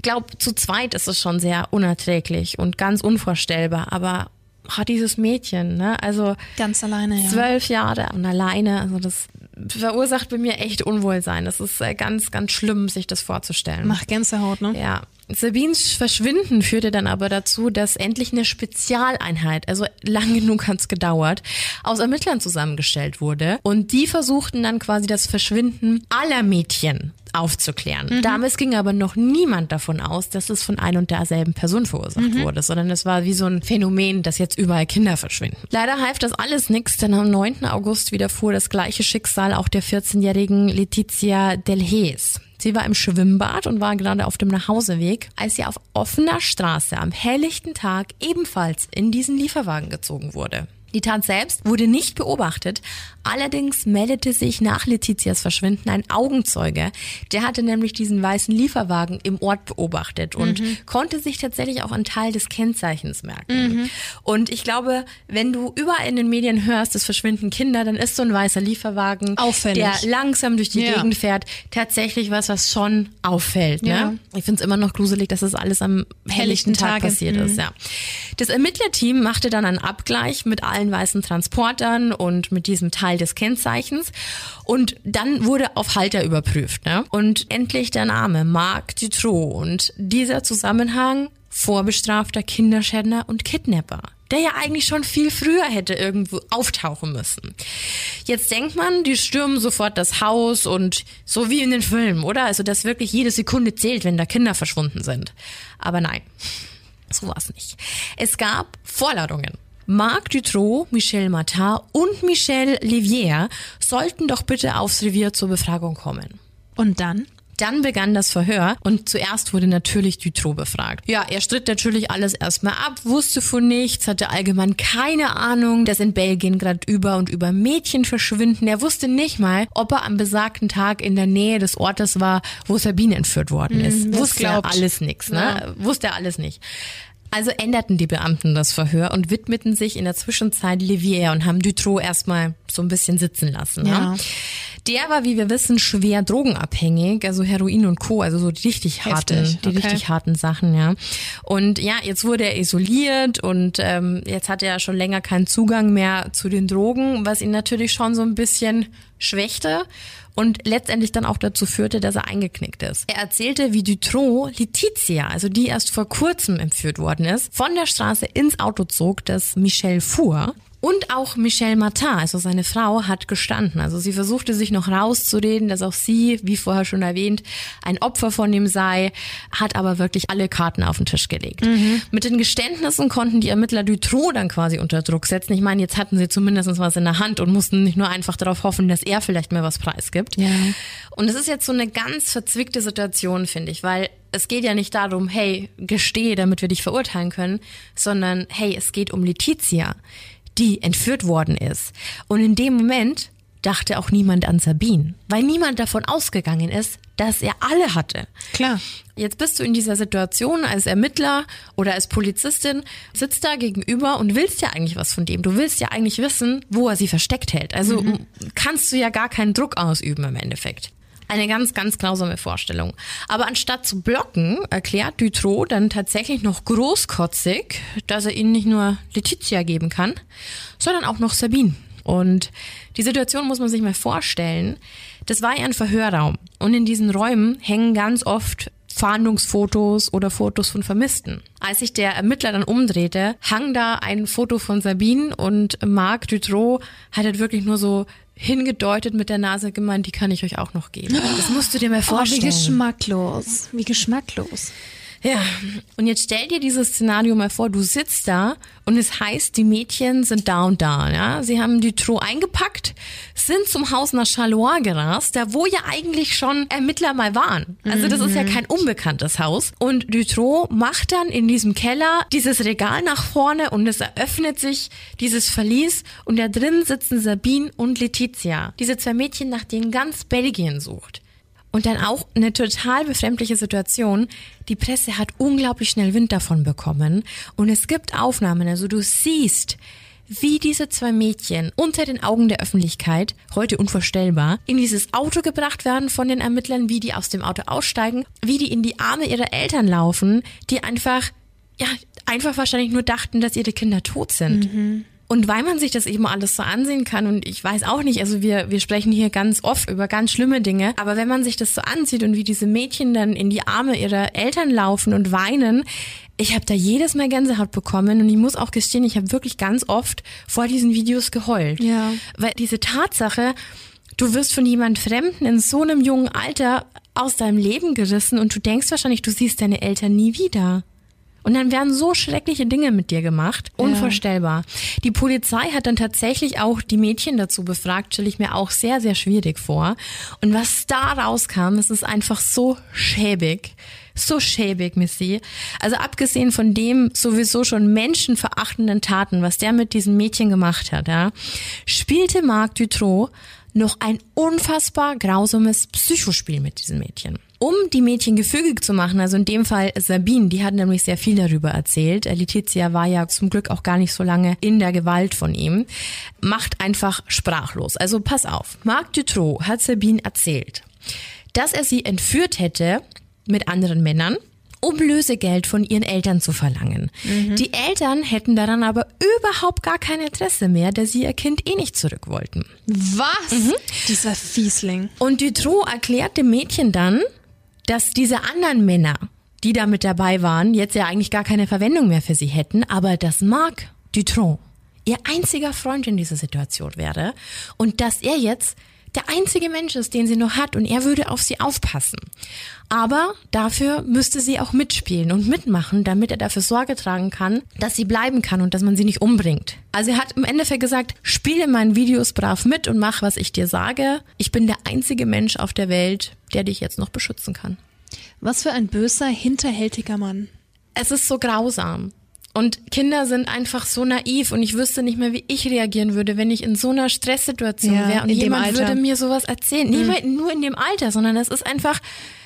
Ich glaube, zu zweit ist es schon sehr unerträglich und ganz unvorstellbar, aber hat dieses Mädchen, ne? Also ganz alleine, ja. Zwölf Jahre und alleine, also das verursacht bei mir echt Unwohlsein. Das ist ganz, ganz schlimm, sich das vorzustellen. Macht Gänsehaut, ne? Ja. Sabines Verschwinden führte dann aber dazu, dass endlich eine Spezialeinheit, also lang genug hat's gedauert, aus Ermittlern zusammengestellt wurde. Und die versuchten dann quasi das Verschwinden aller Mädchen aufzuklären. Mhm. Damals ging aber noch niemand davon aus, dass es von ein und derselben Person verursacht mhm. wurde, sondern es war wie so ein Phänomen, dass jetzt überall Kinder verschwinden. Leider half das alles nichts, denn am neunten August widerfuhr das gleiche Schicksal auch der vierzehnjährigen Letizia Delhaize. Sie war im Schwimmbad und war gerade auf dem Nachhauseweg, als sie auf offener Straße am helllichten Tag ebenfalls in diesen Lieferwagen gezogen wurde. Die Tat selbst wurde nicht beobachtet, allerdings meldete sich nach Letizias Verschwinden ein Augenzeuge. Der hatte nämlich diesen weißen Lieferwagen im Ort beobachtet und mhm. konnte sich tatsächlich auch einen Teil des Kennzeichens merken. Mhm. Und ich glaube, wenn du überall in den Medien hörst, es verschwinden Kinder, dann ist so ein weißer Lieferwagen, auffällig, der langsam durch die ja. Gegend fährt, tatsächlich was, was schon auffällt. Ja. Ne? Ich finde es immer noch gruselig, dass das alles am helllichten Tag Tage. passiert mhm. ist. Ja. Das Ermittlerteam machte dann einen Abgleich mit allen weißen Transportern und mit diesem Teil des Kennzeichens und dann wurde auf Halter überprüft. Ne? Und endlich der Name Marc Dutroux und dieser Zusammenhang vorbestrafter Kinderschänder und Kidnapper, der ja eigentlich schon viel früher hätte irgendwo auftauchen müssen. Jetzt denkt man, die stürmen sofort das Haus und so wie in den Filmen, oder? Also dass wirklich jede Sekunde zählt, wenn da Kinder verschwunden sind. Aber nein, so war es nicht. Es gab Vorladungen. Marc Dutroux, Michel Martin und Michel Livière sollten doch bitte aufs Revier zur Befragung kommen. Und dann? Dann begann das Verhör und zuerst wurde natürlich Dutroux befragt. Ja, er stritt natürlich alles erstmal ab, wusste von nichts, hatte allgemein keine Ahnung, dass in Belgien gerade über und über Mädchen verschwinden. Er wusste nicht mal, ob er am besagten Tag in der Nähe des Ortes war, wo Sabine entführt worden ist. Mm, wusste er alles nichts, ne? Ja. Wusste er alles nicht. Also änderten die Beamten das Verhör und widmeten sich in der Zwischenzeit Livière und haben Dutroux erstmal so ein bisschen sitzen lassen. Ja. Ne? Der war, wie wir wissen, schwer drogenabhängig, also Heroin und Co., also so die richtig harten, Heftig, die okay. richtig harten Sachen, ja. Und ja, jetzt wurde er isoliert und ähm, jetzt hat er schon länger keinen Zugang mehr zu den Drogen, was ihn natürlich schon so ein bisschen schwächte und letztendlich dann auch dazu führte, dass er eingeknickt ist. Er erzählte, wie Dutroux Letizia, also die erst vor kurzem entführt worden ist, von der Straße ins Auto zog, das Michel fuhr. Und auch Michel Martin, also seine Frau, hat gestanden. Also sie versuchte sich noch rauszureden, dass auch sie, wie vorher schon erwähnt, ein Opfer von ihm sei, hat aber wirklich alle Karten auf den Tisch gelegt. Mhm. Mit den Geständnissen konnten die Ermittler Dutroux dann quasi unter Druck setzen. Ich meine, jetzt hatten sie zumindest was in der Hand und mussten nicht nur einfach darauf hoffen, dass er vielleicht mal was preisgibt. Ja. Und es ist jetzt so eine ganz verzwickte Situation, finde ich, weil es geht ja nicht darum, hey, gestehe, damit wir dich verurteilen können, sondern hey, es geht um Letizia, die entführt worden ist. Und in dem Moment dachte auch niemand an Sabine, weil niemand davon ausgegangen ist, dass er alle hatte. Klar. Jetzt bist du in dieser Situation als Ermittler oder als Polizistin, sitzt da gegenüber und willst ja eigentlich was von dem. Du willst ja eigentlich wissen, wo er sie versteckt hält. Also mhm. kannst du ja gar keinen Druck ausüben im Endeffekt. Eine ganz, ganz grausame Vorstellung. Aber anstatt zu blocken, erklärt Dutroux dann tatsächlich noch großkotzig, dass er ihnen nicht nur Letizia geben kann, sondern auch noch Sabine. Und die Situation muss man sich mal vorstellen. Das war ja ein Verhörraum. Und in diesen Räumen hängen ganz oft Fahndungsfotos oder Fotos von Vermissten. Als sich der Ermittler dann umdrehte, hang da ein Foto von Sabine und Marc Dutroux hat halt wirklich nur so hingedeutet mit der Nase gemeint, die kann ich euch auch noch geben. Das musst du dir mal vorstellen. Oh, wie geschmacklos. Wie geschmacklos. Ja, und jetzt stell dir dieses Szenario mal vor, du sitzt da und es heißt, die Mädchen sind da und da, ja. Sie haben Dutroux eingepackt, sind zum Haus nach Charleroi gerast, da wo ja eigentlich schon Ermittler mal waren. Also das ist ja kein unbekanntes Haus. Und Dutroux macht dann in diesem Keller dieses Regal nach vorne und es eröffnet sich dieses Verlies und da drin sitzen Sabine und Letizia. Diese zwei Mädchen, nach denen ganz Belgien sucht. Und dann auch eine total befremdliche Situation. Die Presse hat unglaublich schnell Wind davon bekommen. Und es gibt Aufnahmen, also du siehst, wie diese zwei Mädchen unter den Augen der Öffentlichkeit, heute unvorstellbar, in dieses Auto gebracht werden von den Ermittlern, wie die aus dem Auto aussteigen, wie die in die Arme ihrer Eltern laufen, die einfach, ja, einfach wahrscheinlich nur dachten, dass ihre Kinder tot sind. Mhm. Und weil man sich das eben alles so ansehen kann, und ich weiß auch nicht, also wir wir sprechen hier ganz oft über ganz schlimme Dinge, aber wenn man sich das so ansieht und wie diese Mädchen dann in die Arme ihrer Eltern laufen und weinen, ich habe da jedes Mal Gänsehaut bekommen und ich muss auch gestehen, ich habe wirklich ganz oft vor diesen Videos geheult. Ja. Weil diese Tatsache, du wirst von jemand Fremden in so einem jungen Alter aus deinem Leben gerissen und du denkst wahrscheinlich, du siehst deine Eltern nie wieder. Und dann werden so schreckliche Dinge mit dir gemacht. Unvorstellbar. Ja. Die Polizei hat dann tatsächlich auch die Mädchen dazu befragt, stelle ich mir auch sehr, sehr schwierig vor. Und was da rauskam, es ist einfach so schäbig. So schäbig, Missy. Also abgesehen von dem sowieso schon menschenverachtenden Taten, was der mit diesem Mädchen gemacht hat, ja, spielte Marc Dutroux noch ein unfassbar grausames Psychospiel mit diesen Mädchen. Um die Mädchen gefügig zu machen, also in dem Fall Sabine, die hat nämlich sehr viel darüber erzählt. Letizia war ja zum Glück auch gar nicht so lange in der Gewalt von ihm. Macht einfach sprachlos. Also pass auf, Marc Dutroux hat Sabine erzählt, dass er sie entführt hätte mit anderen Männern, um Lösegeld von ihren Eltern zu verlangen. Mhm. Die Eltern hätten daran aber überhaupt gar kein Interesse mehr, da sie ihr Kind eh nicht zurück wollten. Was? Mhm. Dieser Fiesling. Und Dutroux erklärt dem Mädchen dann, dass diese anderen Männer, die da mit dabei waren, jetzt ja eigentlich gar keine Verwendung mehr für sie hätten, aber dass Marc Dutroux ihr einziger Freund in dieser Situation wäre und dass er jetzt der einzige Mensch ist, den sie noch hat und er würde auf sie aufpassen. Aber dafür müsste sie auch mitspielen und mitmachen, damit er dafür Sorge tragen kann, dass sie bleiben kann und dass man sie nicht umbringt. Also er hat im Endeffekt gesagt, spiele in meinen Videos brav mit und mach, was ich dir sage. Ich bin der einzige Mensch auf der Welt, der dich jetzt noch beschützen kann. Was für ein böser, hinterhältiger Mann. Es ist so grausam. Und Kinder sind einfach so naiv und ich wüsste nicht mehr, wie ich reagieren würde, wenn ich in so einer Stresssituation ja, wäre und jemand würde mir sowas erzählen. Mhm. Nicht mal nur in dem Alter, sondern es ist einfach,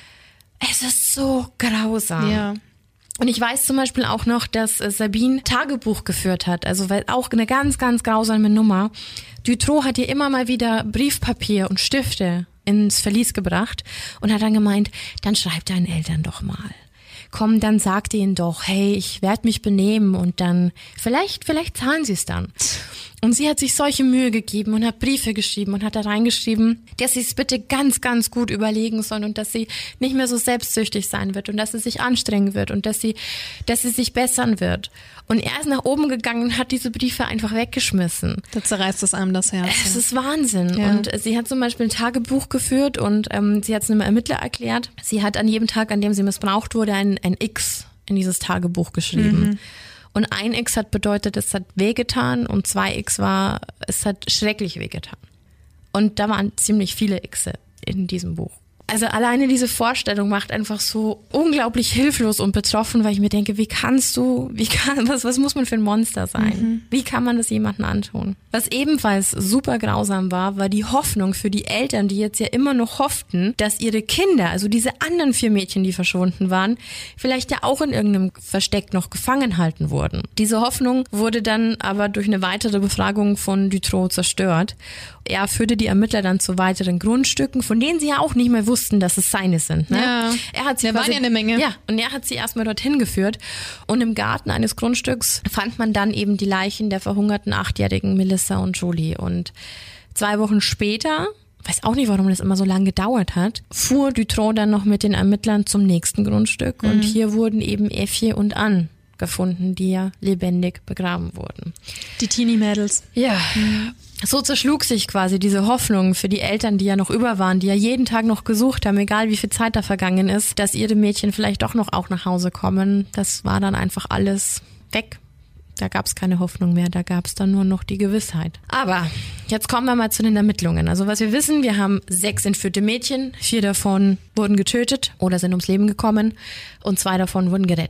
es ist so grausam. Ja. Und ich weiß zum Beispiel auch noch, dass Sabine Tagebuch geführt hat, also weil auch eine ganz, ganz grausame Nummer. Dutroux hat ihr immer mal wieder Briefpapier und Stifte ins Verlies gebracht und hat dann gemeint, dann schreib deinen Eltern doch mal. Komm, dann sagt ihnen doch, hey, ich werde mich benehmen und dann, vielleicht, vielleicht zahlen sie es dann. Und sie hat sich solche Mühe gegeben und hat Briefe geschrieben und hat da reingeschrieben, dass sie es bitte ganz, ganz gut überlegen sollen und dass sie nicht mehr so selbstsüchtig sein wird und dass sie sich anstrengen wird und dass sie, dass sie sich bessern wird. Und er ist nach oben gegangen und hat diese Briefe einfach weggeschmissen. Da zerreißt es einem das Herz. Es ist Wahnsinn. Ja. Und sie hat zum Beispiel ein Tagebuch geführt und ähm, sie hat es einem Ermittler erklärt. Sie hat an jedem Tag, an dem sie missbraucht wurde, ein, ein X in dieses Tagebuch geschrieben. Mhm. Und ein X hat bedeutet, es hat wehgetan und zwei X war, es hat schrecklich wehgetan. Und da waren ziemlich viele Xe in diesem Buch. Also alleine diese Vorstellung macht einfach so unglaublich hilflos und betroffen, weil ich mir denke, wie kannst du, wie kann, was, was muss man für ein Monster sein? Mhm. Wie kann man das jemandem antun? Was ebenfalls super grausam war, war die Hoffnung für die Eltern, die jetzt ja immer noch hofften, dass ihre Kinder, also diese anderen vier Mädchen, die verschwunden waren, vielleicht ja auch in irgendeinem Versteck noch gefangen halten wurden. Diese Hoffnung wurde dann aber durch eine weitere Befragung von Dutroux zerstört. Er führte die Ermittler dann zu weiteren Grundstücken, von denen sie ja auch nicht mehr wussten, dass es seine sind. Ne? Ja, er hat sie da quasi, waren ja eine Menge. Ja, und er hat sie erstmal dorthin geführt. Und im Garten eines Grundstücks fand man dann eben die Leichen der verhungerten achtjährigen Melissa und Julie. Und zwei Wochen später, weiß auch nicht, warum das immer so lange gedauert hat, fuhr Dutroux dann noch mit den Ermittlern zum nächsten Grundstück. Mhm. Und hier wurden eben Effie und Anne gefunden, die ja lebendig begraben wurden. Die Teenie-Mädels. Ja. Mhm. So zerschlug sich quasi diese Hoffnung für die Eltern, die ja noch über waren, die ja jeden Tag noch gesucht haben, egal wie viel Zeit da vergangen ist, dass ihre Mädchen vielleicht doch noch auch nach Hause kommen. Das war dann einfach alles weg. Da gab es keine Hoffnung mehr, da gab es dann nur noch die Gewissheit. Aber jetzt kommen wir mal zu den Ermittlungen. Also was wir wissen, wir haben sechs entführte Mädchen, vier davon wurden getötet oder sind ums Leben gekommen und zwei davon wurden gerettet.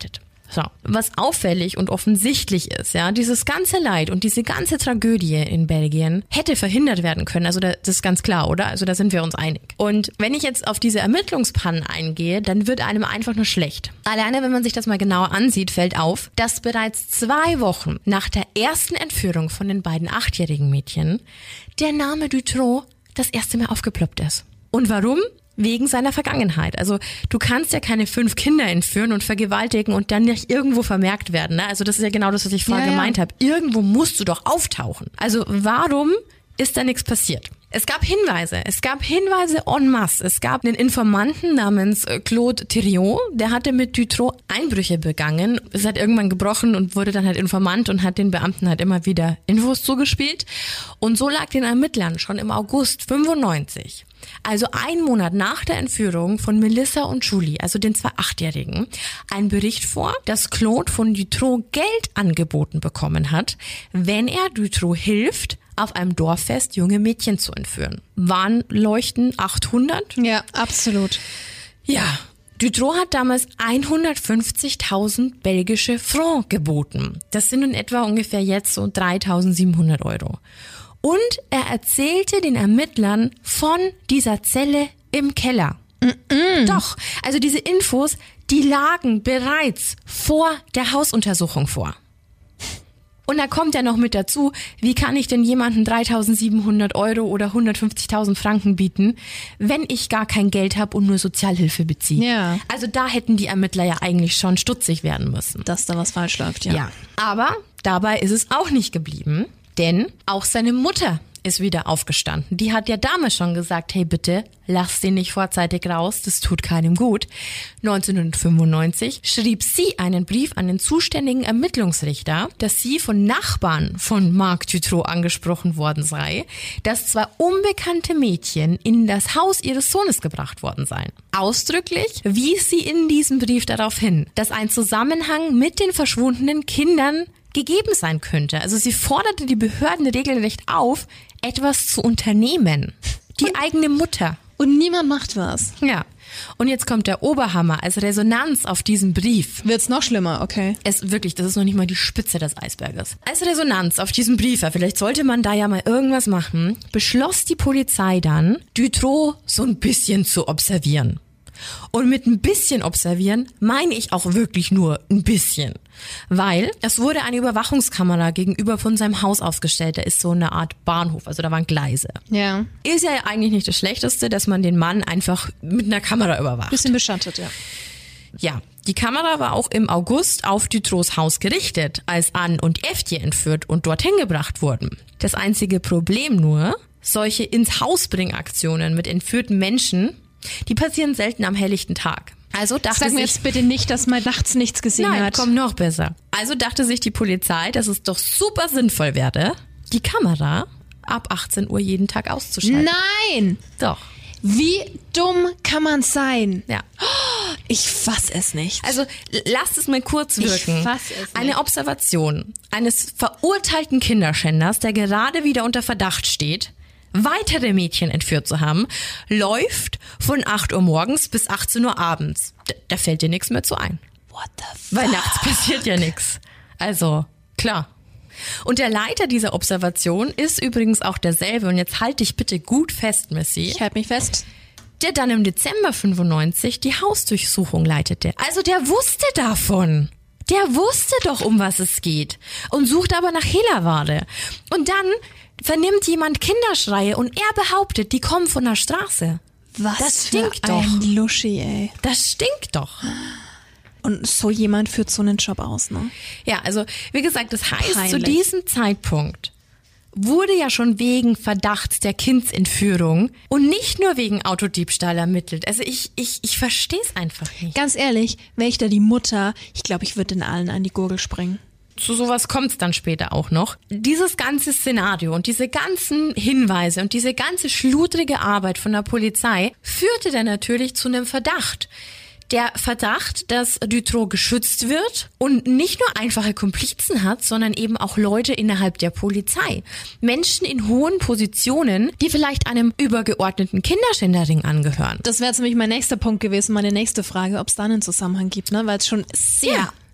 So, was auffällig und offensichtlich ist, ja, dieses ganze Leid und diese ganze Tragödie in Belgien hätte verhindert werden können. Also das ist ganz klar, oder? Also da sind wir uns einig. Und wenn ich jetzt auf diese Ermittlungspannen eingehe, dann wird einem einfach nur schlecht. Alleine, wenn man sich das mal genauer ansieht, fällt auf, dass bereits zwei Wochen nach der ersten Entführung von den beiden achtjährigen Mädchen der Name Dutroux das erste Mal aufgeploppt ist. Und warum? Wegen seiner Vergangenheit. Also du kannst ja keine fünf Kinder entführen und vergewaltigen und dann nicht irgendwo vermerkt werden. Ne? Also das ist ja genau das, was ich vorher ja, gemeint ja. habe. Irgendwo musst du doch auftauchen. Also warum ist da nichts passiert? Es gab Hinweise. Es gab Hinweise en masse. Es gab einen Informanten namens Claude Thiriot, der hatte mit Dutroux Einbrüche begangen. Es hat irgendwann gebrochen und wurde dann halt Informant und hat den Beamten halt immer wieder Infos zugespielt. Und so lag den Ermittlern schon im August fünfundneunzig, also ein Monat nach der Entführung von Melissa und Julie, also den zwei Achtjährigen, ein Bericht vor, dass Claude von Dutroux Geld angeboten bekommen hat, wenn er Dutroux hilft, auf einem Dorffest junge Mädchen zu entführen. Warnleuchten achthundert? Ja, absolut. Ja, Dutroux hat damals hundertfünfzigtausend belgische Francs geboten. Das sind in etwa ungefähr jetzt so dreitausendsiebenhundert Euro. Und er erzählte den Ermittlern von dieser Zelle im Keller. Mm-mm. Doch, also diese Infos, die lagen bereits vor der Hausuntersuchung vor. Und da kommt ja noch mit dazu, wie kann ich denn jemandem dreitausendsiebenhundert Euro oder hundertfünfzigtausend Franken bieten, wenn ich gar kein Geld habe und nur Sozialhilfe beziehe? Ja. Also da hätten die Ermittler ja eigentlich schon stutzig werden müssen. Dass da was falsch läuft, ja. Ja, aber dabei ist es auch nicht geblieben. Denn auch seine Mutter ist wieder aufgestanden. Die hat ja damals schon gesagt, hey bitte, lass den nicht vorzeitig raus, das tut keinem gut. neunzehnhundertfünfundneunzig schrieb sie einen Brief an den zuständigen Ermittlungsrichter, dass sie von Nachbarn von Marc Dutroux angesprochen worden sei, dass zwei unbekannte Mädchen in das Haus ihres Sohnes gebracht worden seien. Ausdrücklich wies sie in diesem Brief darauf hin, dass ein Zusammenhang mit den verschwundenen Kindern gegeben sein könnte. Also sie forderte die Behörden regelrecht auf, etwas zu unternehmen. Die und, eigene Mutter. Und niemand macht was. Ja. Und jetzt kommt der Oberhammer als Resonanz auf diesen Brief. Wird's noch schlimmer, okay. Es wirklich, das ist noch nicht mal die Spitze des Eisberges. Als Resonanz auf diesen Brief, vielleicht sollte man da ja mal irgendwas machen, beschloss die Polizei dann, Dutroux so ein bisschen zu observieren. Und mit ein bisschen observieren meine ich auch wirklich nur ein bisschen. Weil es wurde eine Überwachungskamera gegenüber von seinem Haus aufgestellt. Da ist so eine Art Bahnhof, also da waren Gleise. Ja. Ist ja eigentlich nicht das Schlechteste, dass man den Mann einfach mit einer Kamera überwacht. Bisschen beschattet, ja. Ja, die Kamera war auch im August auf Dutroux Haus gerichtet, als Anne und Evtje entführt und dorthin gebracht wurden. Das einzige Problem nur, solche Ins-Haus-Bring-Aktionen mit entführten Menschen, die passieren selten am helllichten Tag. Also dachte Sag mir sich, jetzt bitte nicht, dass man nachts nichts gesehen nein, hat. Nein, komm, noch besser. Also dachte sich die Polizei, dass es doch super sinnvoll wäre, die Kamera ab achtzehn Uhr jeden Tag auszuschalten. Nein! Doch. Wie dumm kann man sein? Ja. Ich fass es nicht. Also lasst es mal kurz wirken. Ich fass es nicht. Eine Observation eines verurteilten Kinderschänders, der gerade wieder unter Verdacht steht, weitere Mädchen entführt zu haben, läuft von acht Uhr morgens bis achtzehn Uhr abends. Da, da fällt dir nichts mehr zu ein. What the fuck? Weil nachts passiert ja nichts. Also, klar. Und der Leiter dieser Observation ist übrigens auch derselbe, und jetzt halt dich bitte gut fest, Missy. Ich halte mich fest. Der dann im Dezember fünfundneunzig die Hausdurchsuchung leitete. Also der wusste davon. Der wusste doch, um was es geht. Und sucht aber nach Hehlerware. Und dann vernimmt jemand Kinderschreie und er behauptet, die kommen von der Straße. Was das stinkt für doch. ein Luschi, ey. Das stinkt doch. Und so jemand führt so einen Job aus, ne? Ja, also wie gesagt, das heißt, Peinlich. Zu diesem Zeitpunkt wurde ja schon wegen Verdachts der Kindsentführung und nicht nur wegen Autodiebstahl ermittelt. Also ich, ich, ich verstehe es einfach nicht. Ganz ehrlich, wäre ich da die Mutter, ich glaube, ich würde den allen an die Gurgel springen. Zu sowas kommt es dann später auch noch. Dieses ganze Szenario und diese ganzen Hinweise und diese ganze schludrige Arbeit von der Polizei führte dann natürlich zu einem Verdacht. Der Verdacht, dass Dutroux geschützt wird und nicht nur einfache Komplizen hat, sondern eben auch Leute innerhalb der Polizei. Menschen in hohen Positionen, die vielleicht einem übergeordneten Kinderschänderring angehören. Das wäre jetzt nämlich mein nächster Punkt gewesen, meine nächste Frage, ob es da einen Zusammenhang gibt, ne? Weil es schon sehr... Ja.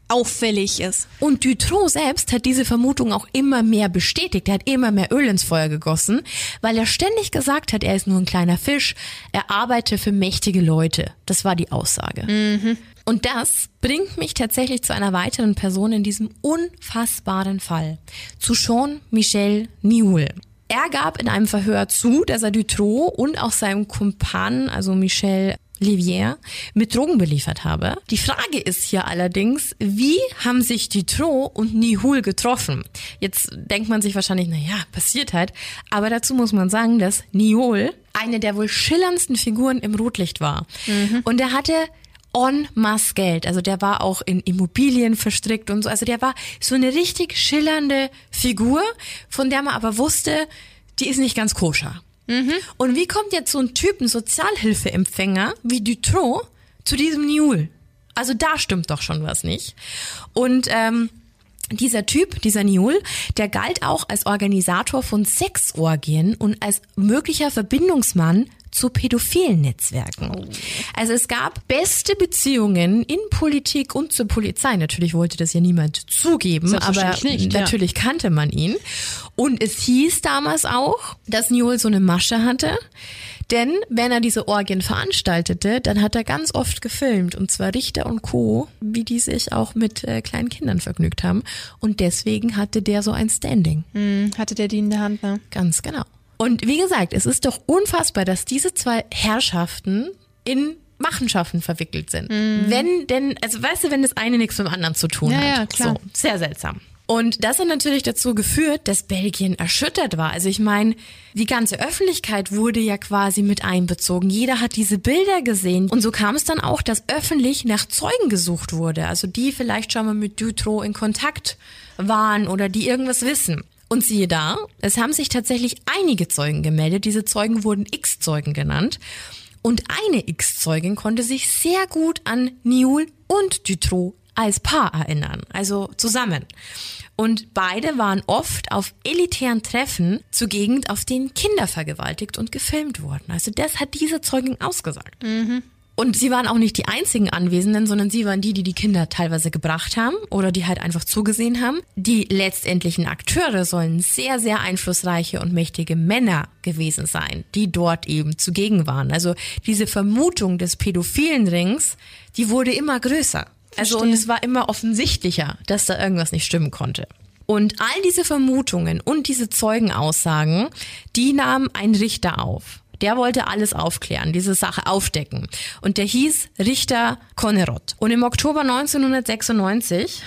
auffällig ist. Und Dutroux selbst hat diese Vermutung auch immer mehr bestätigt. Er hat immer mehr Öl ins Feuer gegossen, weil er ständig gesagt hat, er ist nur ein kleiner Fisch, er arbeite für mächtige Leute. Das war die Aussage. Mhm. Und das bringt mich tatsächlich zu einer weiteren Person in diesem unfassbaren Fall. Zu Jean-Michel Nihoul. Er gab in einem Verhör zu, dass er Dutroux und auch seinem Kumpan, also Michel Livière, mit Drogen beliefert habe. Die Frage ist hier allerdings, wie haben sich Dutroux und Nihoul getroffen? Jetzt denkt man sich wahrscheinlich, naja, passiert halt. Aber dazu muss man sagen, dass Nihoul eine der wohl schillerndsten Figuren im Rotlicht war. Mhm. Und er hatte en masse Geld. Also der war auch in Immobilien verstrickt und so. Also der war so eine richtig schillernde Figur, von der man aber wusste, die ist nicht ganz koscher. Mhm. Und wie kommt jetzt so ein Typ, ein Sozialhilfeempfänger wie Dutroux zu diesem Nihoul? Also da stimmt doch schon was nicht. Und ähm, dieser Typ, dieser Nihoul, der galt auch als Organisator von Sexorgien und als möglicher Verbindungsmann zu pädophilen Netzwerken. Oh. Also es gab beste Beziehungen in Politik und zur Polizei. Natürlich wollte das ja niemand zugeben, aber nicht, natürlich ja. kannte man ihn. Und es hieß damals auch, dass Nihoul so eine Masche hatte. Denn wenn er diese Orgien veranstaltete, dann hat er ganz oft gefilmt. Und zwar Richter und Co., wie die sich auch mit äh, kleinen Kindern vergnügt haben. Und deswegen hatte der so ein Standing. Hm, hatte der die in der Hand, ne? Ganz genau. Und wie gesagt, es ist doch unfassbar, dass diese zwei Herrschaften in Machenschaften verwickelt sind. Mhm. Wenn denn, also weißt du, wenn das eine nichts mit dem anderen zu tun ja, hat. Ja, klar. So, sehr seltsam. Und das hat natürlich dazu geführt, dass Belgien erschüttert war. Also ich meine, die ganze Öffentlichkeit wurde ja quasi mit einbezogen. Jeder hat diese Bilder gesehen. Und so kam es dann auch, dass öffentlich nach Zeugen gesucht wurde. Also die vielleicht schon mal mit Dutroux in Kontakt waren oder die irgendwas wissen. Und siehe da, es haben sich tatsächlich einige Zeugen gemeldet. Diese Zeugen wurden X-Zeugen genannt. Und eine X-Zeugin konnte sich sehr gut an Nihoul und Dutroux als Paar erinnern, also zusammen. Und beide waren oft auf elitären Treffen zugegen, auf denen Kinder vergewaltigt und gefilmt wurden. Also das hat diese Zeugin ausgesagt. Mhm. Und sie waren auch nicht die einzigen Anwesenden, sondern sie waren die, die die Kinder teilweise gebracht haben oder die halt einfach zugesehen haben. Die letztendlichen Akteure sollen sehr, sehr einflussreiche und mächtige Männer gewesen sein, die dort eben zugegen waren. Also diese Vermutung des pädophilen Rings, die wurde immer größer. Also und es war immer offensichtlicher, dass da irgendwas nicht stimmen konnte. Und all diese Vermutungen und diese Zeugenaussagen, die nahm ein Richter auf. Der wollte alles aufklären, diese Sache aufdecken. Und der hieß Richter Connerot. Und im Oktober neunzehnhundertsechsundneunzig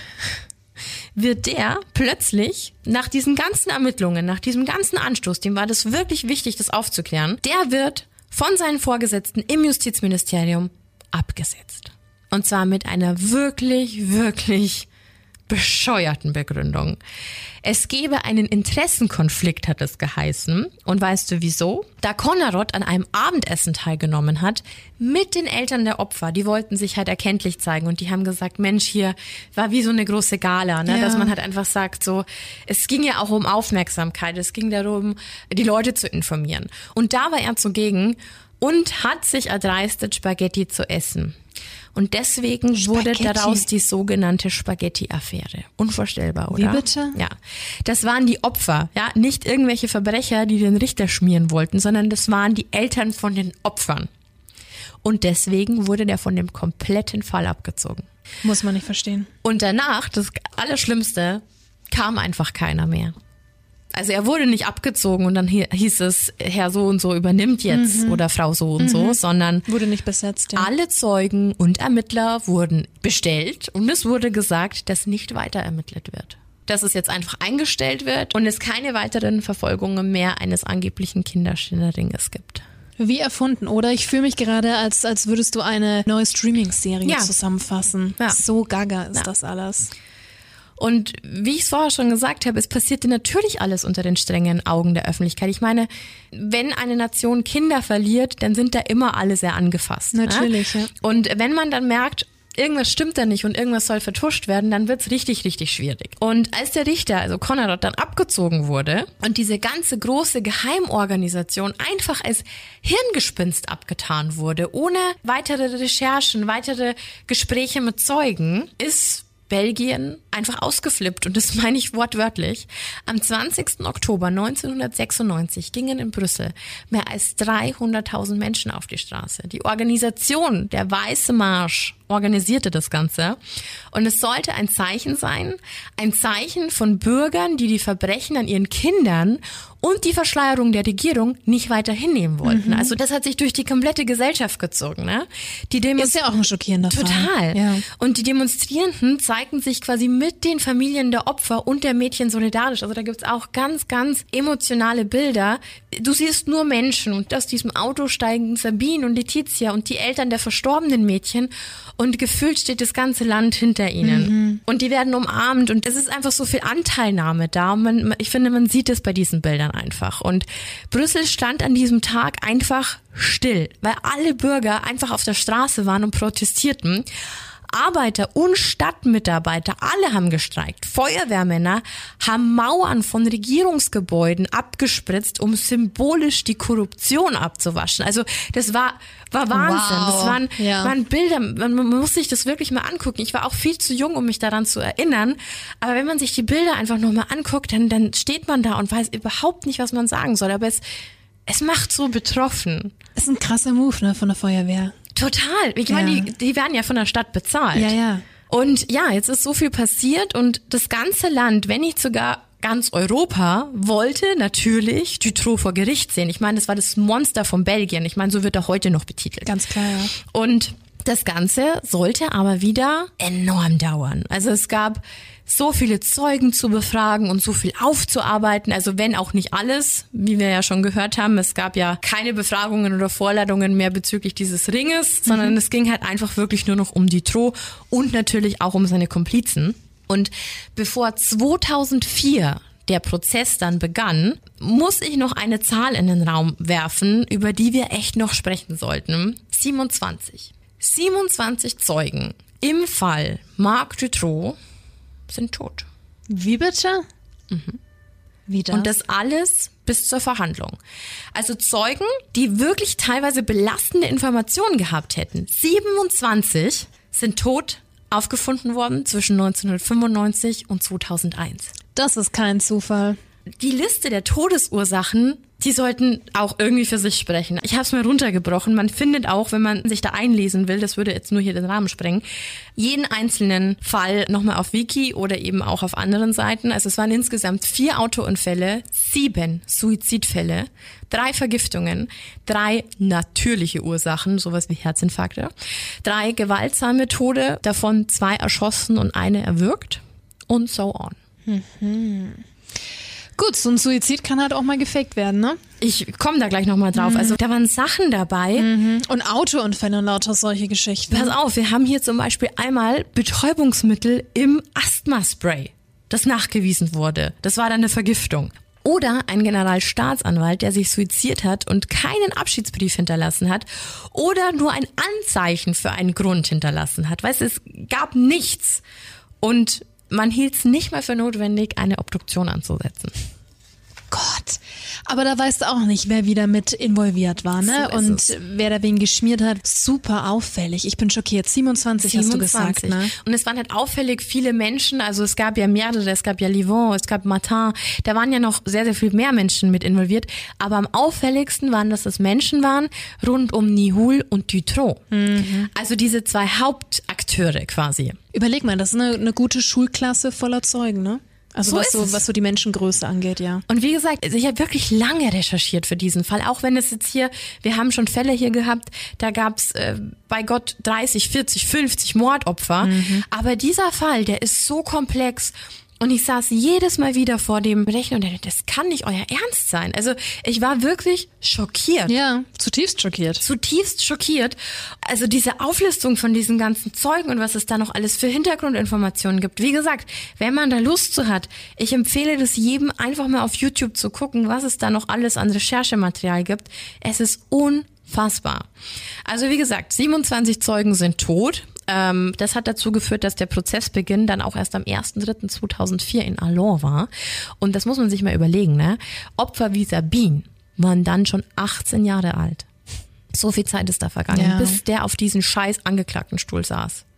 wird der plötzlich nach diesen ganzen Ermittlungen, nach diesem ganzen Anstoß, dem war das wirklich wichtig, das aufzuklären, der wird von seinen Vorgesetzten im Justizministerium abgesetzt. Und zwar mit einer wirklich, wirklich bescheuerten Begründung. Es gebe einen Interessenkonflikt, hat es geheißen. Und weißt du wieso? Da Connerot an einem Abendessen teilgenommen hat mit den Eltern der Opfer. Die wollten sich halt erkenntlich zeigen und die haben gesagt, Mensch, hier war wie so eine große Gala, ne? Ja. Dass man halt einfach sagt, so, es ging ja auch um Aufmerksamkeit, es ging darum, die Leute zu informieren. Und da war er zugegen und hat sich erdreistet, Spaghetti zu essen. Und deswegen Spaghetti. Wurde daraus die sogenannte Spaghetti-Affäre. Unvorstellbar, oder? Wie bitte? Ja. Das waren die Opfer, ja, nicht irgendwelche Verbrecher, die den Richter schmieren wollten, sondern das waren die Eltern von den Opfern. Und deswegen wurde der von dem kompletten Fall abgezogen. Muss man nicht verstehen. Und danach, das Allerschlimmste, kam einfach keiner mehr. Also er wurde nicht abgezogen und dann hieß es, Herr so und so übernimmt jetzt mhm. oder Frau so und mhm. so, sondern wurde nicht besetzt. Ja. Alle Zeugen und Ermittler wurden bestellt und es wurde gesagt, dass nicht weiter ermittelt wird. Dass es jetzt einfach eingestellt wird und es keine weiteren Verfolgungen mehr eines angeblichen Kinderschändlings gibt. Wie erfunden, oder? Ich fühle mich gerade, als, als würdest du eine neue Streaming-Serie ja. zusammenfassen. Ja. So gaga ist ja. das alles. Und wie ich es vorher schon gesagt habe, es passierte natürlich alles unter den strengen Augen der Öffentlichkeit. Ich meine, wenn eine Nation Kinder verliert, dann sind da immer alle sehr angefasst. Natürlich, ne? ja. Und wenn man dann merkt, irgendwas stimmt da nicht und irgendwas soll vertuscht werden, dann wird's richtig, richtig schwierig. Und als der Richter, also Connerot, dann abgezogen wurde und diese ganze große Geheimorganisation einfach als Hirngespinst abgetan wurde, ohne weitere Recherchen, weitere Gespräche mit Zeugen, ist Belgien einfach ausgeflippt und das meine ich wortwörtlich. Am zwanzigsten Oktober neunzehnhundertsechsundneunzig gingen in Brüssel mehr als dreihunderttausend Menschen auf die Straße. Die Organisation, der Weiße Marsch, organisierte das Ganze und es sollte ein Zeichen sein, ein Zeichen von Bürgern, die die Verbrechen an ihren Kindern und die Verschleierung der Regierung nicht weiter hinnehmen wollten. Mhm. Also das hat sich durch die komplette Gesellschaft gezogen. Ne? Die Demonst- ist ja auch ein schockierender Fall. Total. Ja. Und die Demonstrierenden zeigten sich quasi mit den Familien der Opfer und der Mädchen solidarisch. Also da gibt's auch ganz, ganz emotionale Bilder. Du siehst nur Menschen und aus diesem Auto steigen Sabine und Letizia und die Eltern der verstorbenen Mädchen und gefühlt steht das ganze Land hinter ihnen. Mhm. Und die werden umarmt und es ist einfach so viel Anteilnahme da. Und man, ich finde, man sieht es bei diesen Bildern einfach. Und Brüssel stand an diesem Tag einfach still, weil alle Bürger einfach auf der Straße waren und protestierten. Arbeiter und Stadtmitarbeiter, alle haben gestreikt. Feuerwehrmänner haben Mauern von Regierungsgebäuden abgespritzt, um symbolisch die Korruption abzuwaschen. Also das war war Wahnsinn. Wow. Das waren, ja. waren Bilder, man, man muss sich das wirklich mal angucken. Ich war auch viel zu jung, um mich daran zu erinnern. Aber wenn man sich die Bilder einfach nochmal anguckt, dann, dann steht man da und weiß überhaupt nicht, was man sagen soll. Aber es, es macht so betroffen. Ist ein krasser Move, ne, von der Feuerwehr. Total. Ich Ja. meine, die, die werden ja von der Stadt bezahlt. Ja, ja. Und ja, jetzt ist so viel passiert und das ganze Land, wenn nicht sogar ganz Europa, wollte natürlich Dutroux vor Gericht sehen. Ich meine, das war das Monster von Belgien. Ich meine, so wird er heute noch betitelt. Ganz klar, ja. Und das Ganze sollte aber wieder enorm dauern. Also es gab so viele Zeugen zu befragen und so viel aufzuarbeiten. Also wenn auch nicht alles, wie wir ja schon gehört haben. Es gab ja keine Befragungen oder Vorladungen mehr bezüglich dieses Ringes, mhm. sondern es ging halt einfach wirklich nur noch um Dutroux und natürlich auch um seine Komplizen. Und bevor zweitausendvier der Prozess dann begann, muss ich noch eine Zahl in den Raum werfen, über die wir echt noch sprechen sollten. siebenundzwanzig. siebenundzwanzig Zeugen im Fall Marc Dutroux sind tot. Wie bitte? Mhm. Wie das? Und das alles bis zur Verhandlung. Also Zeugen, die wirklich teilweise belastende Informationen gehabt hätten. siebenundzwanzig sind tot aufgefunden worden zwischen neunzehnhundertfünfundneunzig und zweitausendeins. Das ist kein Zufall. Die Liste der Todesursachen, die sollten auch irgendwie für sich sprechen. Ich habe es mal runtergebrochen. Man findet auch, wenn man sich da einlesen will, das würde jetzt nur hier den Rahmen sprengen, jeden einzelnen Fall nochmal auf Wiki oder eben auch auf anderen Seiten. Also es waren insgesamt vier Autounfälle, sieben Suizidfälle, drei Vergiftungen, drei natürliche Ursachen, sowas wie Herzinfarkte, drei gewaltsame Tode, davon zwei erschossen und eine erwürgt und so on. Mhm. Gut, so ein Suizid kann halt auch mal gefaked werden, ne? Ich komme da gleich nochmal drauf. Mhm. Also da waren Sachen dabei. Mhm. Und Autounfälle und lauter solche Geschichten. Pass auf, wir haben hier zum Beispiel einmal Betäubungsmittel im Asthmaspray, das nachgewiesen wurde. Das war dann eine Vergiftung. Oder ein Generalstaatsanwalt, der sich suizidiert hat und keinen Abschiedsbrief hinterlassen hat oder nur ein Anzeichen für einen Grund hinterlassen hat. Weißt du, es gab nichts. Und man hielt es nicht mal für notwendig, eine Obduktion anzusetzen. Gott, aber da weißt du auch nicht, wer wieder mit involviert war, ne? So ist und es. wer da wen geschmiert hat. Super auffällig. Ich bin schockiert. siebenundzwanzig, siebenundzwanzig hast du gesagt, ne? Und es waren halt auffällig viele Menschen. Also es gab ja mehrere, es gab ja Livon, es gab Martin. Da waren ja noch sehr, sehr viel mehr Menschen mit involviert. Aber am auffälligsten waren, dass es Menschen waren rund um Nihul und Dutroux. Mhm. Also diese zwei Hauptakteure quasi. Überleg mal, das ist eine, eine gute Schulklasse voller Zeugen, ne? Also So was ist so, es. was so die Menschengröße angeht, ja. Und wie gesagt, also ich habe wirklich lange recherchiert für diesen Fall, auch wenn es jetzt hier, wir haben schon Fälle hier gehabt, da gab's äh, bei Gott dreißig, vierzig, fünfzig Mordopfer, mhm. aber dieser Fall, der ist so komplex. Und ich saß jedes Mal wieder vor dem Rechner und dachte, das kann nicht euer Ernst sein. Also ich war wirklich schockiert. Ja, zutiefst schockiert. Zutiefst schockiert. Also diese Auflistung von diesen ganzen Zeugen und was es da noch alles für Hintergrundinformationen gibt. Wie gesagt, wenn man da Lust zu hat, ich empfehle das jedem einfach mal auf YouTube zu gucken, was es da noch alles an Recherchematerial gibt. Es ist unfassbar. Also wie gesagt, siebenundzwanzig Zeugen sind tot. Ähm, das hat dazu geführt, dass der Prozessbeginn dann auch erst am erster dritter zweitausendvier in Allons war. Und das muss man sich mal überlegen, ne? Opfer wie Sabine waren dann schon achtzehn Jahre alt. So viel Zeit ist da vergangen, ja. bis der auf diesen scheiß Angeklagtenstuhl saß.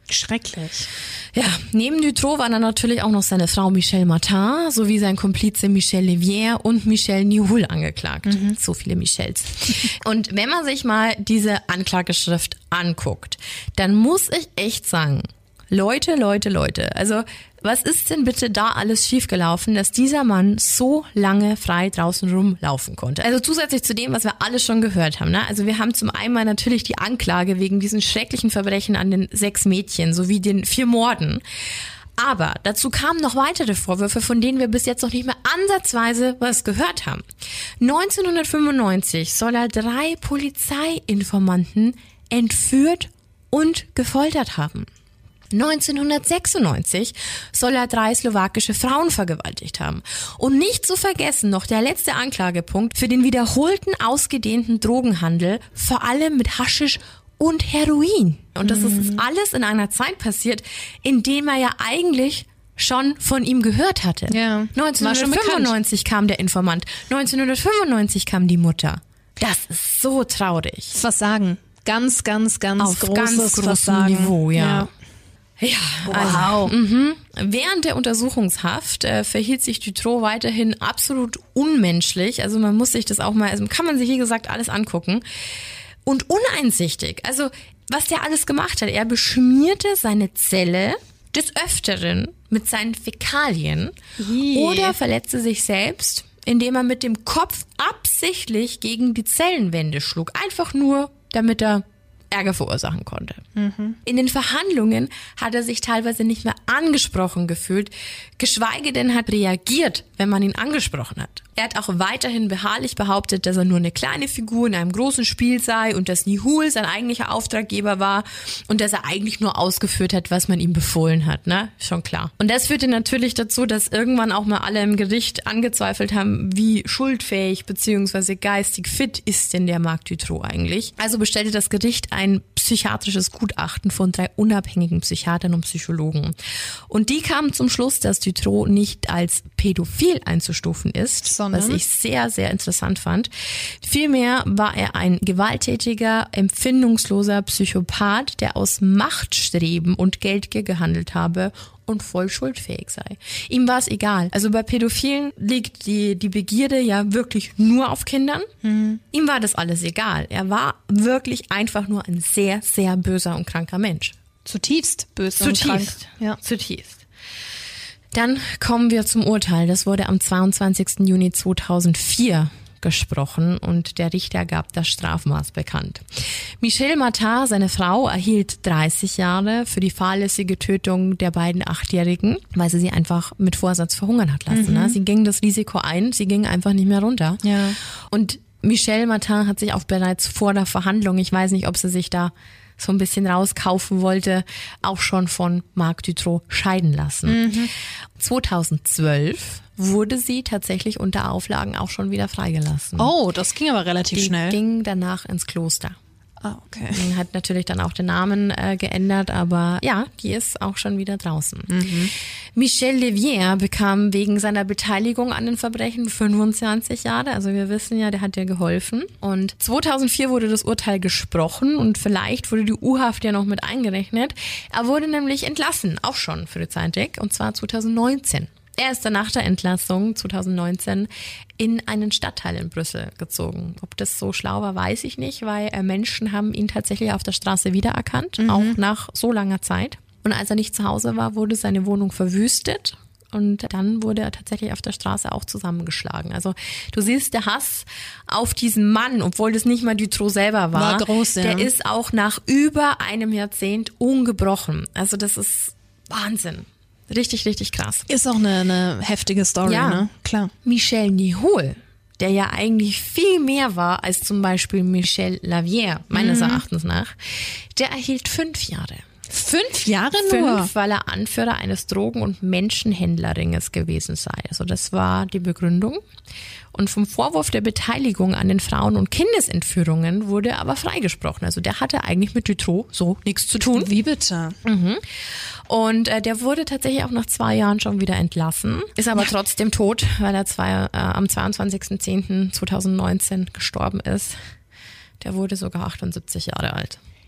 Schrecklich. Ja, neben Dutroux waren dann natürlich auch noch seine Frau Michelle Martin sowie sein Komplize Michel Levier und Michel Nihoul angeklagt. Mhm. So viele Michels. Und wenn man sich mal diese Anklageschrift anguckt, dann muss ich echt sagen, Leute, Leute, Leute, also was ist denn bitte da alles schiefgelaufen, dass dieser Mann so lange frei draußen rumlaufen konnte? Also zusätzlich zu dem, was wir alle schon gehört haben. Ne? Also wir haben zum einen natürlich die Anklage wegen diesen schrecklichen Verbrechen an den sechs Mädchen sowie den vier Morden. Aber dazu kamen noch weitere Vorwürfe, von denen wir bis jetzt noch nicht mehr ansatzweise was gehört haben. neunzehnhundertfünfundneunzig soll er drei Polizeiinformanten entführt und gefoltert haben. neunzehnhundertsechsundneunzig soll er drei slowakische Frauen vergewaltigt haben. Und nicht zu vergessen noch der letzte Anklagepunkt für den wiederholten, ausgedehnten Drogenhandel, vor allem mit Haschisch und Heroin. Und das ist alles in einer Zeit passiert, in dem er ja eigentlich schon von ihm gehört hatte. Ja, neunzehnhundertfünfundneunzig kam der Informant, neunzehnhundertfünfundneunzig kam die Mutter. Das ist so traurig. Versagen. Ganz, ganz, ganz Auf großes ganz großem Versagen. Niveau, ja. ja. Ja, Wow. also, mh. Während der Untersuchungshaft äh, verhielt sich Dutroux weiterhin absolut unmenschlich. Also man muss sich das auch mal, also kann man sich wie gesagt alles angucken. Und uneinsichtig. Also was der alles gemacht hat. Er beschmierte seine Zelle des Öfteren mit seinen Fäkalien Ih. oder verletzte sich selbst, indem er mit dem Kopf absichtlich gegen die Zellenwände schlug. Einfach nur, damit er Ärger verursachen konnte. Mhm. In den Verhandlungen hat er sich teilweise nicht mehr angesprochen gefühlt, geschweige denn hat reagiert, wenn man ihn angesprochen hat. Er hat auch weiterhin beharrlich behauptet, dass er nur eine kleine Figur in einem großen Spiel sei und dass Nihoul sein eigentlicher Auftraggeber war und dass er eigentlich nur ausgeführt hat, was man ihm befohlen hat, ne? Schon klar. Und das führte natürlich dazu, dass irgendwann auch mal alle im Gericht angezweifelt haben, wie schuldfähig bzw. geistig fit ist denn der Marc Dutroux eigentlich. Also bestellte das Gericht ein psychiatrisches Gutachten von drei unabhängigen Psychiatern und Psychologen. Und die kamen zum Schluss, dass Dutroux nicht als pädophil einzustufen ist, sondern, was ich sehr, sehr interessant fand. Vielmehr war er ein gewalttätiger, empfindungsloser Psychopath, der aus Machtstreben und Geldgier gehandelt habe und voll schuldfähig sei. Ihm war es egal. Also bei Pädophilen liegt die, die Begierde ja wirklich nur auf Kindern. Mhm. Ihm war das alles egal. Er war wirklich einfach nur ein sehr, sehr böser und kranker Mensch. Zutiefst böse Zutiefst. und krank. Ja. Zutiefst. Dann kommen wir zum Urteil. Das wurde am zweiundzwanzigsten Juni zweitausendvier gesprochen und der Richter gab das Strafmaß bekannt. Michelle Martin, seine Frau, erhielt dreißig Jahre für die fahrlässige Tötung der beiden Achtjährigen, weil sie sie einfach mit Vorsatz verhungern hat lassen. Mhm. Sie ging das Risiko ein, sie ging einfach nicht mehr runter. Ja. Und Michelle Martin hat sich auch bereits vor der Verhandlung, ich weiß nicht, ob sie sich da so ein bisschen rauskaufen wollte, auch schon von Marc Dutroux scheiden lassen. Mhm. zweitausendzwölf wurde sie tatsächlich unter Auflagen auch schon wieder freigelassen. Oh, das ging aber relativ Die schnell. ging danach ins Kloster. Ah, okay. Hat natürlich dann auch den Namen äh, geändert, aber ja, die ist auch schon wieder draußen. Mhm. Michel Levier bekam wegen seiner Beteiligung an den Verbrechen fünfundzwanzig Jahre. Also wir wissen ja, der hat ja geholfen. Und zweitausendvier wurde das Urteil gesprochen und vielleicht wurde die U-Haft ja noch mit eingerechnet. Er wurde nämlich entlassen, auch schon frühzeitig, und zwar zweitausendneunzehn. Er ist dann nach der Entlassung zweitausendneunzehn in einen Stadtteil in Brüssel gezogen. Ob das so schlau war, weiß ich nicht, weil Menschen haben ihn tatsächlich auf der Straße wiedererkannt, mhm. auch nach so langer Zeit. Und als er nicht zu Hause war, wurde seine Wohnung verwüstet und dann wurde er tatsächlich auf der Straße auch zusammengeschlagen. Also du siehst, der Hass auf diesen Mann, obwohl das nicht mal Dutroux selber war, war groß, ja. Der ist auch nach über einem Jahrzehnt ungebrochen. Also das ist Wahnsinn. Richtig, richtig krass. Ist auch eine, eine heftige Story, ja. ne? Klar. Michel Nihoul, der ja eigentlich viel mehr war als zum Beispiel Michel Levier, meines mhm. Erachtens nach, der erhielt fünf Jahre. Fünf Jahre nur? Fünf, weil er Anführer eines Drogen- und Menschenhändlerringes gewesen sei. Also das war die Begründung. Und vom Vorwurf der Beteiligung an den Frauen- und Kindesentführungen wurde er aber freigesprochen. Also der hatte eigentlich mit Dutroux so nichts zu tun. Wie bitte? Mhm. Und äh, der wurde tatsächlich auch nach zwei Jahren schon wieder entlassen, ist aber ja. trotzdem tot, weil er zwei, äh, am zweiundzwanzigsten zehnten zweitausendneunzehn gestorben ist. Der wurde sogar achtundsiebzig Jahre alt.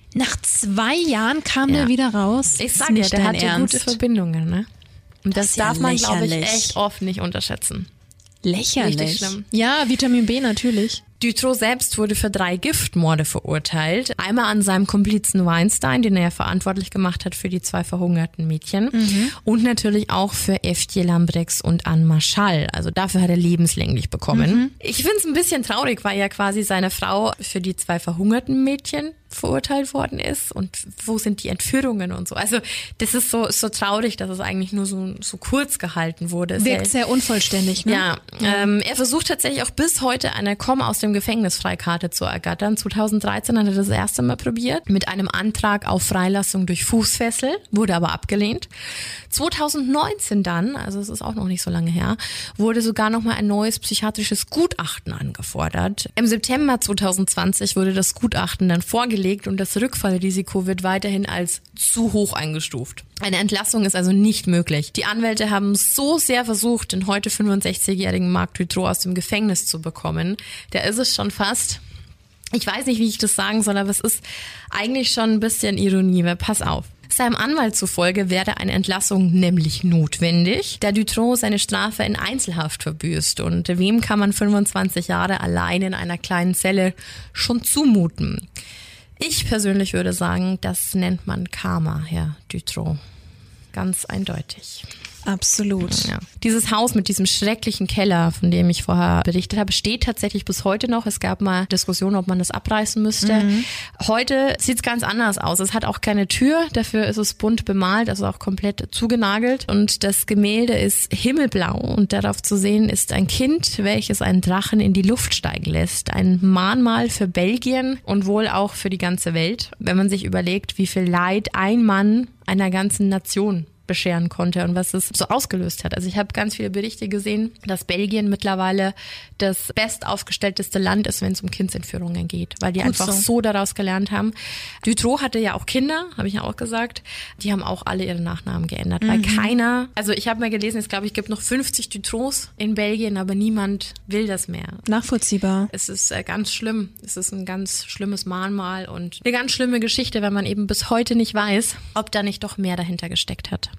Nach zwei Jahren kam Ja. der wieder raus. Ich Ist sage ja, nicht der dein hatte Ernst. gute Verbindungen, ne? Und das, Das ist ja darf man, glaube ich, lächerlich. echt oft nicht unterschätzen. Lächerlich. Richtig schlimm. Ja, Vitamin B natürlich. Dutroux selbst wurde für drei Giftmorde verurteilt. Einmal an seinem Komplizen Weinstein, den er ja verantwortlich gemacht hat für die zwei verhungerten Mädchen. Mhm. Und natürlich auch für Evgeny Lambrex und Anne Marchal. Also dafür hat er lebenslänglich bekommen. Mhm. Ich finde es ein bisschen traurig, weil ja quasi seine Frau für die zwei verhungerten Mädchen verurteilt worden ist. Und wo sind die Entführungen und so. Also das ist so, ist so traurig, dass es eigentlich nur so, so kurz gehalten wurde. Wirkt sehr, sehr unvollständig, ne? Ja, ähm, er versucht tatsächlich auch bis heute eine Komm aus dem Gefängnisfreikarte zu ergattern. zweitausenddreizehn hat er das erste Mal probiert mit einem Antrag auf Freilassung durch Fußfessel, wurde aber abgelehnt. zweitausendneunzehn dann, also es ist auch noch nicht so lange her, wurde sogar nochmal ein neues psychiatrisches Gutachten angefordert. Im September zweitausendzwanzig wurde das Gutachten dann vorgelegt und das Rückfallrisiko wird weiterhin als zu hoch eingestuft. Eine Entlassung ist also nicht möglich. Die Anwälte haben so sehr versucht, den heute fünfundsechzigjährigen Marc Dutroux aus dem Gefängnis zu bekommen. Der ist es schon fast. Ich weiß nicht, wie ich das sagen soll, aber es ist eigentlich schon ein bisschen Ironie, weil pass auf. Seinem Anwalt zufolge wäre eine Entlassung nämlich notwendig, da Dutroux seine Strafe in Einzelhaft verbüßt. Und wem kann man fünfundzwanzig Jahre allein in einer kleinen Zelle schon zumuten? Ich persönlich würde sagen, das nennt man Karma, Herr Dutroux. Ganz eindeutig. Absolut. Ja. Dieses Haus mit diesem schrecklichen Keller, von dem ich vorher berichtet habe, steht tatsächlich bis heute noch. Es gab mal Diskussionen, ob man das abreißen müsste. Mhm. Heute sieht es ganz anders aus. Es hat auch keine Tür, dafür ist es bunt bemalt, also auch komplett zugenagelt. Und das Gemälde ist himmelblau und darauf zu sehen ist ein Kind, welches einen Drachen in die Luft steigen lässt. Ein Mahnmal für Belgien und wohl auch für die ganze Welt, wenn man sich überlegt, wie viel Leid ein Mann einer ganzen Nation bescheren konnte und was es so ausgelöst hat. Also ich habe ganz viele Berichte gesehen, dass Belgien mittlerweile das bestaufgestellteste Land ist, wenn es um Kindsentführungen geht, weil die Gut einfach so. so daraus gelernt haben. Dutroux hatte ja auch Kinder, habe ich ja auch gesagt. Die haben auch alle ihre Nachnamen geändert, mhm. weil keiner, also ich habe mal gelesen, es glaube ich gibt noch fünfzig Dutroux in Belgien, aber niemand will das mehr. Nachvollziehbar. Es ist äh, ganz schlimm. Es ist ein ganz schlimmes Mahnmal und eine ganz schlimme Geschichte, wenn man eben bis heute nicht weiß, ob da nicht doch mehr dahinter gesteckt hat.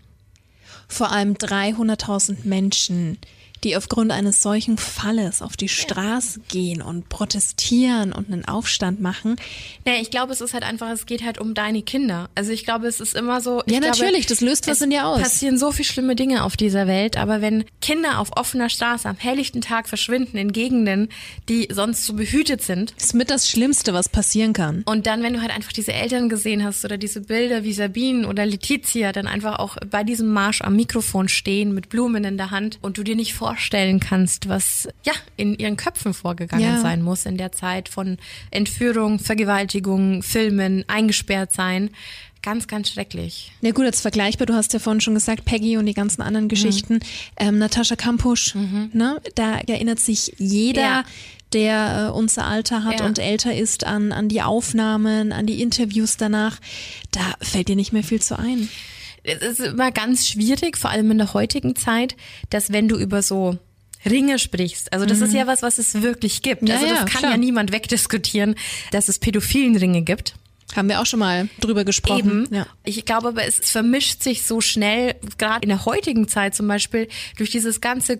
Vor allem dreihunderttausend Menschen, die aufgrund eines solchen Falles auf die Straße gehen und protestieren und einen Aufstand machen. Ja, ich glaube, es ist halt einfach, es geht halt um deine Kinder. Also ich glaube, es ist immer so. Ich ja, glaube, natürlich, das löst was in dir aus. Es passieren so viele schlimme Dinge auf dieser Welt, aber wenn Kinder auf offener Straße am helllichten Tag verschwinden in Gegenden, die sonst so behütet sind. Das ist mit das Schlimmste, was passieren kann. Und dann, wenn du halt einfach diese Eltern gesehen hast oder diese Bilder wie Sabine oder Letizia, dann einfach auch bei diesem Marsch am Mikrofon stehen mit Blumen in der Hand und du dir nicht vorstellen kannst, was ja in ihren Köpfen vorgegangen ja. sein muss in der Zeit von Entführung, Vergewaltigung, Filmen, eingesperrt sein. Ganz, ganz schrecklich. Ja gut, jetzt vergleichbar, du hast ja vorhin schon gesagt, Peggy und die ganzen anderen Geschichten. Mhm. Ähm, Natascha Kampusch, mhm. ne? Da erinnert sich jeder, ja. der äh, unser Alter hat ja. und älter ist, an, an die Aufnahmen, an die Interviews danach. Da fällt dir nicht mehr viel zu ein. Es ist immer ganz schwierig, vor allem in der heutigen Zeit, dass wenn du über so Ringe sprichst, also das mhm. ist ja was, was es wirklich gibt. Ja, also das ja, kann klar. ja niemand wegdiskutieren, dass es pädophilen Ringe gibt. Haben wir auch schon mal drüber gesprochen. Eben. Ja. Ich glaube aber, es vermischt sich so schnell, gerade in der heutigen Zeit zum Beispiel, durch dieses ganze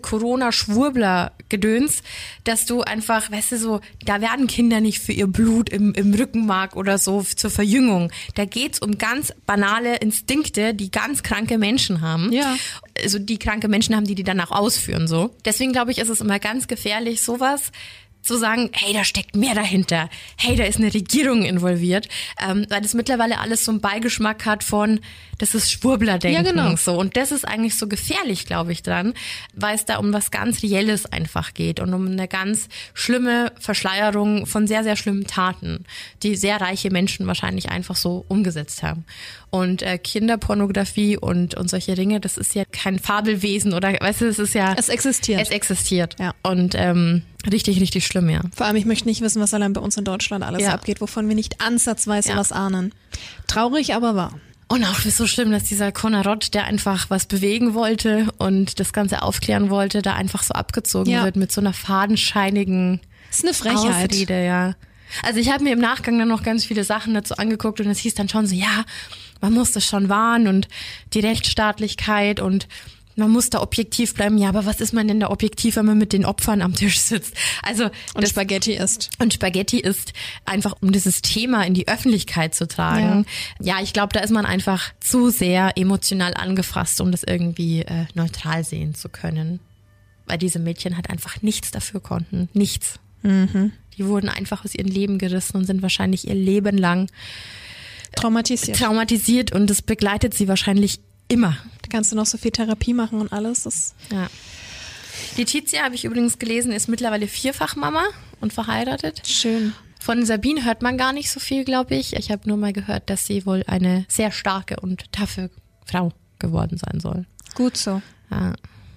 Corona-Schwurbler-Gedöns, dass du einfach, weißt du, so, da werden Kinder nicht für ihr Blut im, im Rückenmark oder so zur Verjüngung. Da geht's um ganz banale Instinkte, die ganz kranke Menschen haben. Ja. Also die kranke Menschen haben, die die dann auch ausführen, so. Deswegen glaube ich, ist es immer ganz gefährlich, sowas zu sagen, hey, da steckt mehr dahinter, hey, da ist eine Regierung involviert, ähm, weil das mittlerweile alles so einen Beigeschmack hat von, das ist Schwurblerdenken. Ja, genau. So. Und das ist eigentlich so gefährlich, glaube ich, dran, weil es da um was ganz Reelles einfach geht und um eine ganz schlimme Verschleierung von sehr, sehr schlimmen Taten, die sehr reiche Menschen wahrscheinlich einfach so umgesetzt haben. Und äh, Kinderpornografie und, und solche Ringe, das ist ja kein Fabelwesen oder, weißt du, es ist ja... Es existiert. Es existiert. Ja. Und ähm, richtig, richtig schlimm, ja. Vor allem, ich möchte nicht wissen, was allein bei uns in Deutschland alles ja. abgeht, wovon wir nicht ansatzweise ja. was ahnen. Traurig, aber wahr. Und auch ist so schlimm, dass dieser Konarot, der einfach was bewegen wollte und das Ganze aufklären wollte, da einfach so abgezogen ja. wird mit so einer fadenscheinigen das ist eine Frechheit. Ausrede, ja. Also ich habe mir im Nachgang dann noch ganz viele Sachen dazu angeguckt und es hieß dann schon so, ja, man muss das schon wahren und die Rechtsstaatlichkeit und man muss da objektiv bleiben. Ja, aber was ist man denn da objektiv, wenn man mit den Opfern am Tisch sitzt? Also und das, Spaghetti isst. Und Spaghetti isst, einfach um dieses Thema in die Öffentlichkeit zu tragen. Ja, ja ich glaube, da ist man einfach zu sehr emotional angefasst, um das irgendwie äh, neutral sehen zu können. Weil diese Mädchen halt einfach nichts dafür konnten. Nichts. Mhm. Die wurden einfach aus ihrem Leben gerissen und sind wahrscheinlich ihr Leben lang traumatisiert. Traumatisiert und das begleitet sie wahrscheinlich immer. Da kannst du noch so viel Therapie machen und alles. Das ja. Letizia, habe ich übrigens gelesen, ist mittlerweile Vierfachmama und verheiratet. Schön. Von Sabine hört man gar nicht so viel, glaube ich. Ich habe nur mal gehört, dass sie wohl eine sehr starke und taffe Frau geworden sein soll. Gut so. Ja.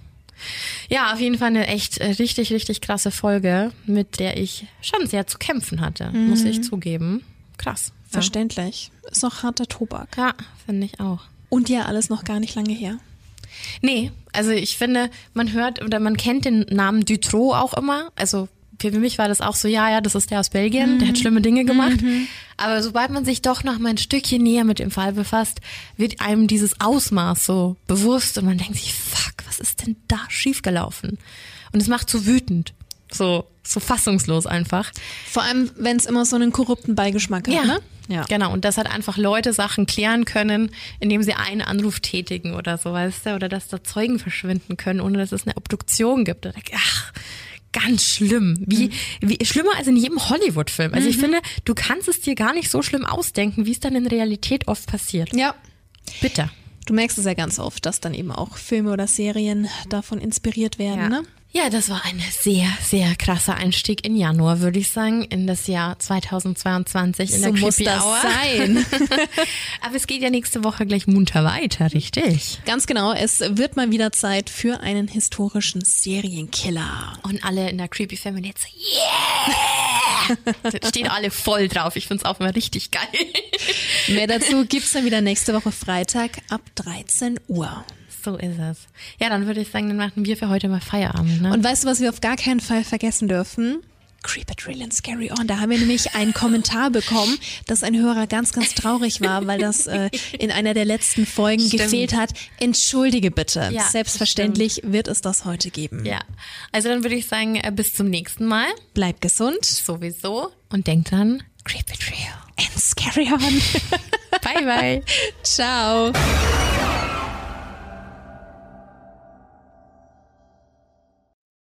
Ja, auf jeden Fall eine echt richtig, richtig krasse Folge, mit der ich schon sehr zu kämpfen hatte, mhm. muss ich zugeben. Krass. Verständlich. Ja. Ist noch harter Tobak. Ja, finde ich auch. Und ja, alles noch gar nicht lange her. Nee, also ich finde, man hört oder man kennt den Namen Dutroux auch immer. Also für mich war das auch so, ja, ja, das ist der aus Belgien, mhm. der hat schlimme Dinge gemacht. Mhm. Aber sobald man sich doch noch mal ein Stückchen näher mit dem Fall befasst, wird einem dieses Ausmaß so bewusst und man denkt sich, fuck, was ist denn da schiefgelaufen? Und es macht so wütend, so so fassungslos einfach. Vor allem, wenn es immer so einen korrupten Beigeschmack hat, ja. ne? Ja, genau. Und dass halt einfach Leute Sachen klären können, indem sie einen Anruf tätigen oder so, weißt du? Oder dass da Zeugen verschwinden können, ohne dass es eine Obduktion gibt. Oder, ach, ganz schlimm. Wie, mhm. wie schlimmer als in jedem Hollywood-Film. Also ich mhm. finde, du kannst es dir gar nicht so schlimm ausdenken, wie es dann in Realität oft passiert. Ja. Bitter. Du merkst es ja ganz oft, dass dann eben auch Filme oder Serien davon inspiriert werden, ja. ne? Ja, das war ein sehr, sehr krasser Einstieg in Januar, würde ich sagen, in das Jahr zweitausendzweiundzwanzig in so der muss Creepy das Hour. sein. Aber es geht ja nächste Woche gleich munter weiter, richtig? Ganz genau, es wird mal wieder Zeit für einen historischen Serienkiller. Und alle in der Creepy Family jetzt so, yeah! Da stehen alle voll drauf, ich find's auch immer richtig geil. Mehr dazu gibt's dann wieder nächste Woche Freitag ab dreizehn Uhr. So ist es. Ja, dann würde ich sagen, dann machen wir für heute mal Feierabend. Ne? Und weißt du, was wir auf gar keinen Fall vergessen dürfen? Creep it real and scary on. Da haben wir nämlich einen Kommentar bekommen, dass ein Hörer ganz, ganz traurig war, weil das äh, in einer der letzten Folgen stimmt. gefehlt hat. Entschuldige bitte. Ja, Selbstverständlich stimmt. wird es das heute geben. Ja, also dann würde ich sagen, bis zum nächsten Mal. Bleib gesund. Sowieso. Und denk dran, creep it real and scary on. Bye, bye. Ciao.